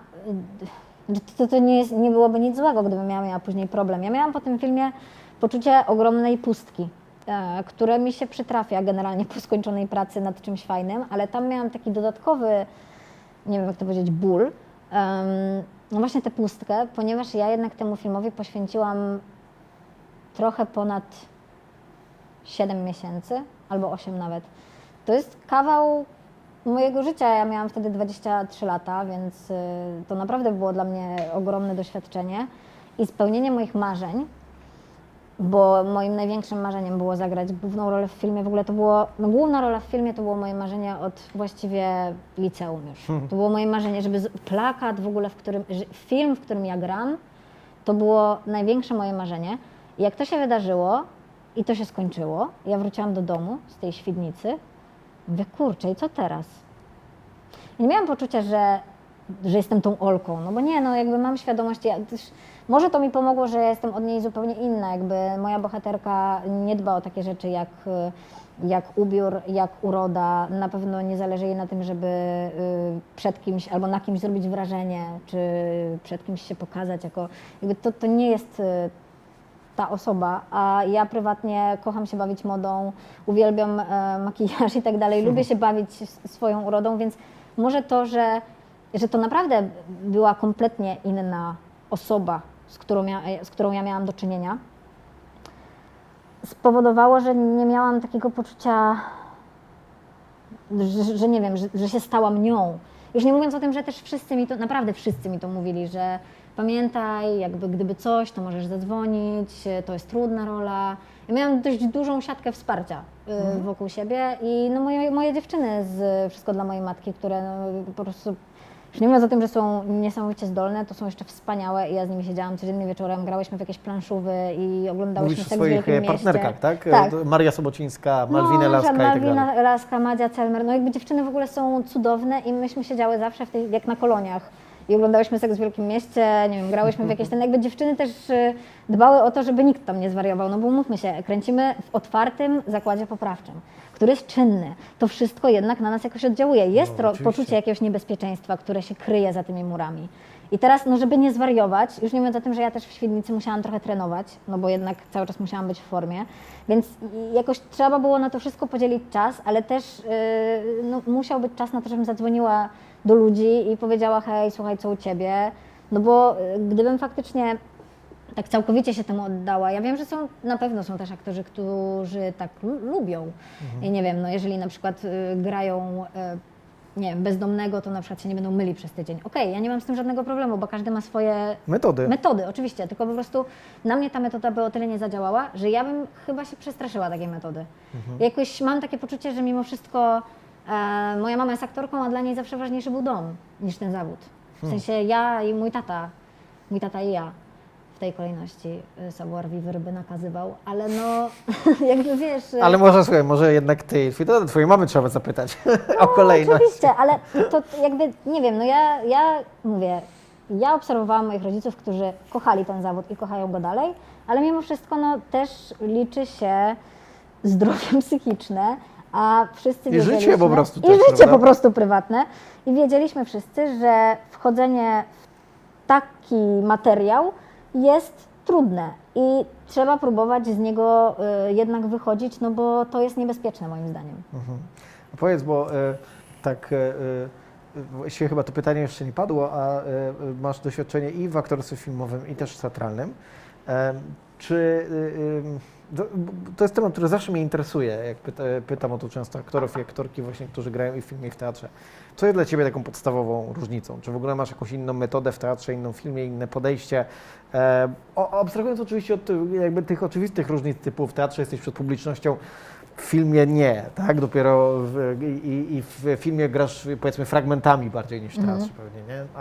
to nie byłoby nic złego, gdybym miała później problem. Ja miałam po tym filmie poczucie ogromnej pustki, które mi się przytrafia generalnie po skończonej pracy nad czymś fajnym, ale tam miałam taki dodatkowy, nie wiem jak to powiedzieć, ból. No właśnie tę pustkę, ponieważ ja jednak temu filmowi poświęciłam trochę ponad 7 miesięcy, albo 8 nawet. To jest kawał mojego życia. Ja miałam wtedy 23 lata, więc to naprawdę było dla mnie ogromne doświadczenie i spełnienie moich marzeń, bo moim największym marzeniem było zagrać główną rolę w filmie. W ogóle to było, główna rola w filmie to było moje marzenie od właściwie liceum już. To było moje marzenie, żeby plakat w ogóle, film, w którym ja gram, to było największe moje marzenie. I jak to się wydarzyło i to się skończyło, ja wróciłam do domu z tej Świdnicy, mówię, kurczę, i co teraz? I nie miałam poczucia, że jestem tą Olką, no bo nie, no jakby mam świadomość, może to mi pomogło, że ja jestem od niej zupełnie inna, jakby moja bohaterka nie dba o takie rzeczy jak ubiór, jak uroda, na pewno nie zależy jej na tym, żeby przed kimś albo na kimś zrobić wrażenie, czy przed kimś się pokazać, jakby to nie jest ta osoba, a ja prywatnie kocham się bawić modą, uwielbiam makijaż i tak dalej, lubię się bawić swoją urodą, więc może to, że to naprawdę była kompletnie inna osoba, z którą ja miałam do czynienia, spowodowało, że nie miałam takiego poczucia, że nie wiem, że się stałam nią. Już nie mówiąc o tym, że też naprawdę wszyscy mi to mówili, że pamiętaj, jakby gdyby coś, to możesz zadzwonić, to jest trudna rola. Ja miałam dość dużą siatkę wsparcia wokół siebie i no moje dziewczyny z Wszystko dla mojej matki, które po prostu, już nie mówiąc o tym, że są niesamowicie zdolne, to są jeszcze wspaniałe i ja z nimi siedziałam codziennie wieczorem, grałyśmy w jakieś planszówy i oglądałyśmy Seks w Wielkim Mieście. Mówisz o swoich partnerkach, tak? Tak. Maria Sobocińska, Malwina Laska i tak dalej. Malwina Laska, Madzia Celmer, no jakby dziewczyny w ogóle są cudowne i myśmy siedziały zawsze jak na koloniach i oglądałyśmy Seks w Wielkim Mieście, nie wiem, grałyśmy w jakieś ten, jakby dziewczyny też dbały o to, żeby nikt tam nie zwariował, no bo umówmy się, kręcimy w otwartym zakładzie poprawczym, który jest czynny. To wszystko jednak na nas jakoś oddziałuje. Jest poczucie jakiegoś niebezpieczeństwa, które się kryje za tymi murami. I teraz, no żeby nie zwariować, już nie mówiąc o tym, że ja też w Świdnicy musiałam trochę trenować, no bo jednak cały czas musiałam być w formie, więc jakoś trzeba było na to wszystko podzielić czas, ale też no, musiał być czas na to, żebym zadzwoniła do ludzi i powiedziała: hej, słuchaj, co u Ciebie? No bo gdybym faktycznie tak całkowicie się temu oddała. Ja wiem, że na pewno są też aktorzy, którzy tak lubią. I nie wiem, no jeżeli na przykład grają nie wiem, bezdomnego, to na przykład się nie będą myli przez tydzień. Okej, ja nie mam z tym żadnego problemu, bo każdy ma swoje metody, oczywiście, tylko po prostu na mnie ta metoda by o tyle nie zadziałała, że ja bym chyba się przestraszyła takiej metody. Jakoś mam takie poczucie, że mimo wszystko moja mama jest aktorką, a dla niej zawsze ważniejszy był dom niż ten zawód. W sensie ja i mój tata i ja. W tej kolejności savoir vivre by nakazywał, ale no jakby wiesz... Ale może, słuchaj, może jednak twojej mamy trzeba zapytać o kolejność. Oczywiście, ale to jakby, nie wiem, no ja mówię, ja obserwowałam moich rodziców, którzy kochali ten zawód i kochają go dalej, ale mimo wszystko no też liczy się zdrowie psychiczne, a wszyscy wiedzieliśmy... I życie po prostu też, i życie po prostu prywatne. I wiedzieliśmy wszyscy, że wchodzenie w taki materiał jest trudne i trzeba próbować z niego jednak wychodzić, no bo to jest niebezpieczne moim zdaniem. A powiedz, bo właściwie chyba to pytanie jeszcze nie padło, a masz doświadczenie i w aktorstwie filmowym, i też teatralnym. Czy to jest temat, który zawsze mnie interesuje, jak pytam o to często aktorów i aktorki właśnie, którzy grają i w filmie, i w teatrze. Co jest dla Ciebie taką podstawową różnicą? Czy w ogóle masz jakąś inną metodę w teatrze, inną w filmie, inne podejście? Abstrahując oczywiście od jakby tych oczywistych różnic typu w teatrze jesteś przed publicznością, w filmie nie, tak? Dopiero w filmie grasz powiedzmy fragmentami bardziej niż w teatrze pewnie, nie?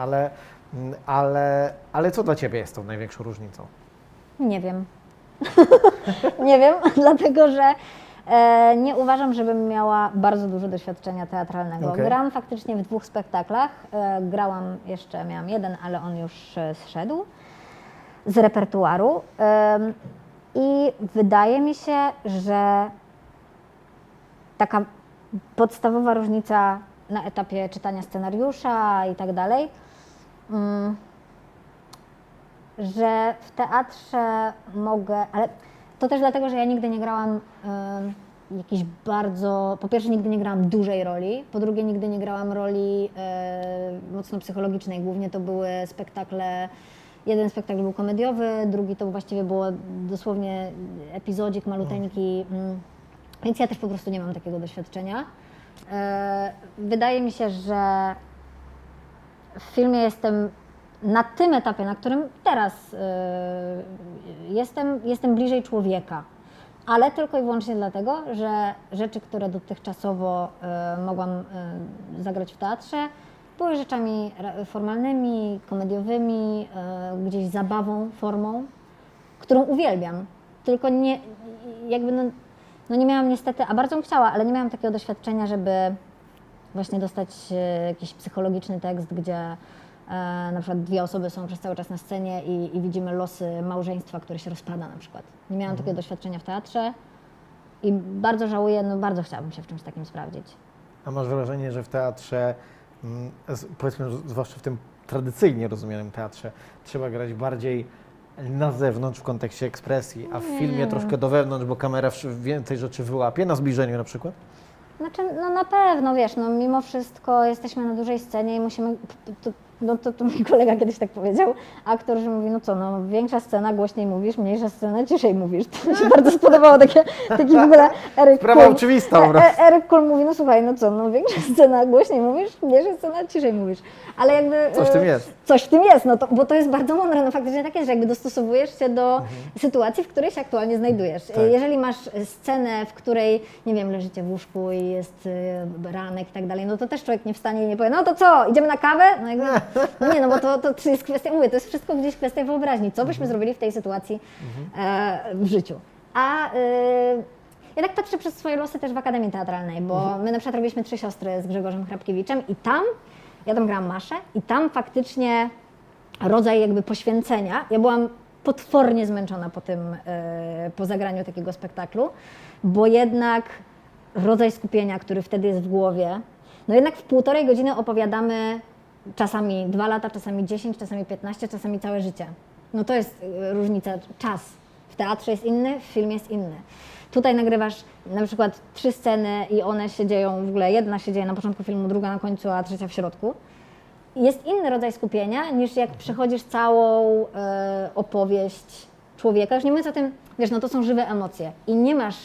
Ale co dla Ciebie jest tą największą różnicą? Nie wiem. Nie wiem, dlatego że nie uważam, żebym miała bardzo dużo doświadczenia teatralnego. Okay. Gram faktycznie w 2 spektaklach. Grałam jeszcze, miałam jeden, ale on już zszedł z repertuaru. I wydaje mi się, że taka podstawowa różnica na etapie czytania scenariusza i tak dalej, że w teatrze mogę, ale to też dlatego, że ja nigdy nie grałam jakiejś bardzo, po pierwsze nigdy nie grałam dużej roli, po drugie nigdy nie grałam roli mocno psychologicznej, głównie to były spektakle, jeden spektakl był komediowy, drugi to właściwie było dosłownie epizodzik maluteńki, więc ja też po prostu nie mam takiego doświadczenia. Wydaje mi się, że w filmie jestem na tym etapie, na którym teraz jestem bliżej człowieka, ale tylko i wyłącznie dlatego, że rzeczy, które dotychczasowo mogłam zagrać w teatrze, były rzeczami formalnymi, komediowymi, gdzieś zabawą, formą, którą uwielbiam. Tylko nie, jakby no nie miałam niestety, a bardzo bym chciała, ale nie miałam takiego doświadczenia, żeby właśnie dostać jakiś psychologiczny tekst, gdzie na przykład 2 osoby są przez cały czas na scenie i widzimy losy małżeństwa, które się rozpada na przykład. Nie miałam takiego doświadczenia w teatrze i bardzo żałuję, no bardzo chciałabym się w czymś takim sprawdzić. A masz wrażenie, że w teatrze, powiedzmy zwłaszcza w tym tradycyjnie rozumianym teatrze, trzeba grać bardziej na zewnątrz w kontekście ekspresji, a w filmie troszkę do wewnątrz, bo kamera więcej rzeczy wyłapie, na zbliżeniu na przykład? Znaczy, no na pewno, wiesz, no mimo wszystko jesteśmy na dużej scenie i musimy, to mój kolega kiedyś tak powiedział, aktor, że mówi, no co, no większa scena, głośniej mówisz, mniejsza scena, ciszej mówisz. To mi się bardzo spodobało, taki w ogóle Eryk Sprawa oczywista po prostu. Eryk Kul mówi, no słuchaj, no co, no większa scena, głośniej mówisz, mniejsza scena, ciszej mówisz. Ale jakby... Coś w tym jest. Coś w tym jest, no to, bo to jest bardzo mądre, no faktycznie tak jest, że jakby dostosowujesz się do sytuacji, w której się aktualnie znajdujesz. Tak. Jeżeli masz scenę, w której, nie wiem, leżycie w łóżku i jest ranek i tak dalej, no to też człowiek nie wstanie i nie powie, no to co, idziemy na kawę? No jakby, no nie, no bo to jest kwestia, mówię, to jest wszystko gdzieś kwestia wyobraźni, co byśmy zrobili w tej sytuacji w życiu. A ja tak patrzę przez swoje losy też w Akademii Teatralnej, bo my na przykład robiliśmy 3 siostry z Grzegorzem Hrabkiewiczem i tam Ja tam grałam Maszę i tam faktycznie rodzaj jakby poświęcenia. Ja byłam potwornie zmęczona po zagraniu takiego spektaklu, bo jednak rodzaj skupienia, który wtedy jest w głowie, no jednak w 1,5 godziny opowiadamy czasami 2 lata, czasami 10, czasami 15, czasami całe życie. No to jest różnica, czas. W teatrze jest inny, w filmie jest inny. Tutaj nagrywasz na przykład 3 sceny i one się dzieją, w ogóle jedna się dzieje na początku filmu, druga na końcu, a trzecia w środku. Jest inny rodzaj skupienia niż jak przechodzisz całą opowieść człowieka. Już nie mówiąc o tym, wiesz, no to są żywe emocje i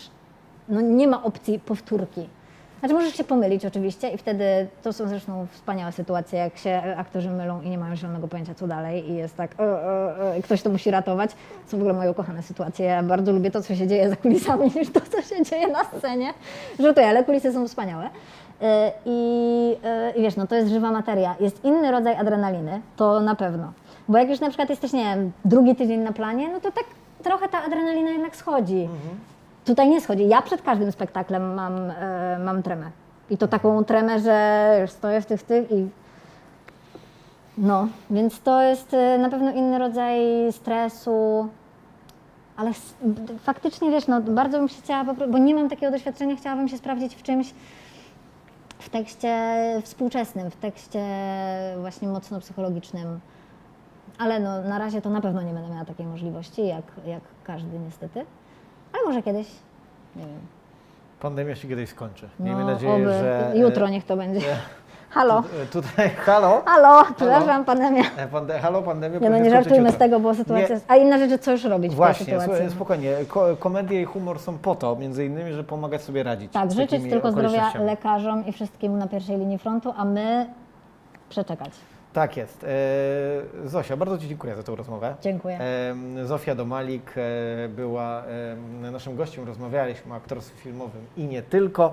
nie ma opcji powtórki. Znaczy możesz się pomylić oczywiście i wtedy to są zresztą wspaniałe sytuacje, jak się aktorzy mylą i nie mają zielonego pojęcia co dalej i jest tak, ktoś to musi ratować. Są w ogóle moje ukochane sytuacje. Ja bardzo lubię to, co się dzieje za kulisami, niż to, co się dzieje na scenie. Żartuję, ale kulisy są wspaniałe. I wiesz, no to jest żywa materia. Jest inny rodzaj adrenaliny, to na pewno. Bo jak już na przykład jesteś, nie wiem, 2. tydzień na planie, no to tak trochę ta adrenalina jednak schodzi. Tutaj nie schodzi. Ja przed każdym spektaklem mam tremę. I to taką tremę, że stoję w tych i... No, więc to jest na pewno inny rodzaj stresu. Ale faktycznie, wiesz, no bardzo bym się chciała, bo nie mam takiego doświadczenia, chciałabym się sprawdzić w czymś, w tekście współczesnym, w tekście właśnie mocno psychologicznym. Ale no, na razie to na pewno nie będę miała takiej możliwości, jak każdy niestety. Ale może kiedyś, nie wiem. Pandemia się kiedyś skończy. No, Miejmy nadzieję, oby. że... Jutro niech to będzie. Halo. Tutaj, halo. Halo, przepraszam, pandemia. Halo, pandemia. Nie, no nie żartujmy z tego, bo sytuacja jest... A inna rzecz, co już robić właśnie, w tej sytuacji? spokojnie. Komedia i humor są po to, między innymi, że pomagać sobie radzić. Tak, z życzyć takimi tylko zdrowia okolicznościami. lekarzom i wszystkim na pierwszej linii frontu, a my przeczekać. Tak jest. Zofia, bardzo Ci dziękuję za tę rozmowę. Dziękuję. Zofia Domalik była naszym gościem, rozmawialiśmy o aktorstwie filmowym i nie tylko.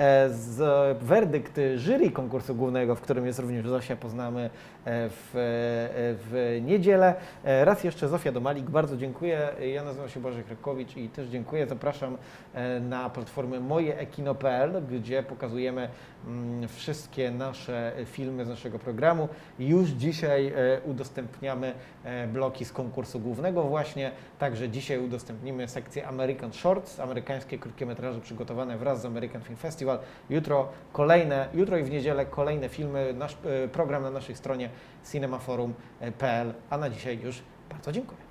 Werdykt jury konkursu głównego, w którym jest również Zosia, poznamy w niedzielę. Raz jeszcze Zofia Domalik, bardzo dziękuję. Ja nazywam się Błażej Krakowicz i też dziękuję. Zapraszam na platformę mojeekino.pl, gdzie pokazujemy wszystkie nasze filmy z naszego programu. Już dzisiaj udostępniamy bloki z konkursu głównego właśnie. Także dzisiaj udostępnimy sekcję American Shorts, amerykańskie krótkie metraże przygotowane wraz z American Film Festival. Jutro i w niedzielę kolejne filmy, nasz program na naszej stronie cinemaforum.pl, a na dzisiaj już bardzo dziękuję.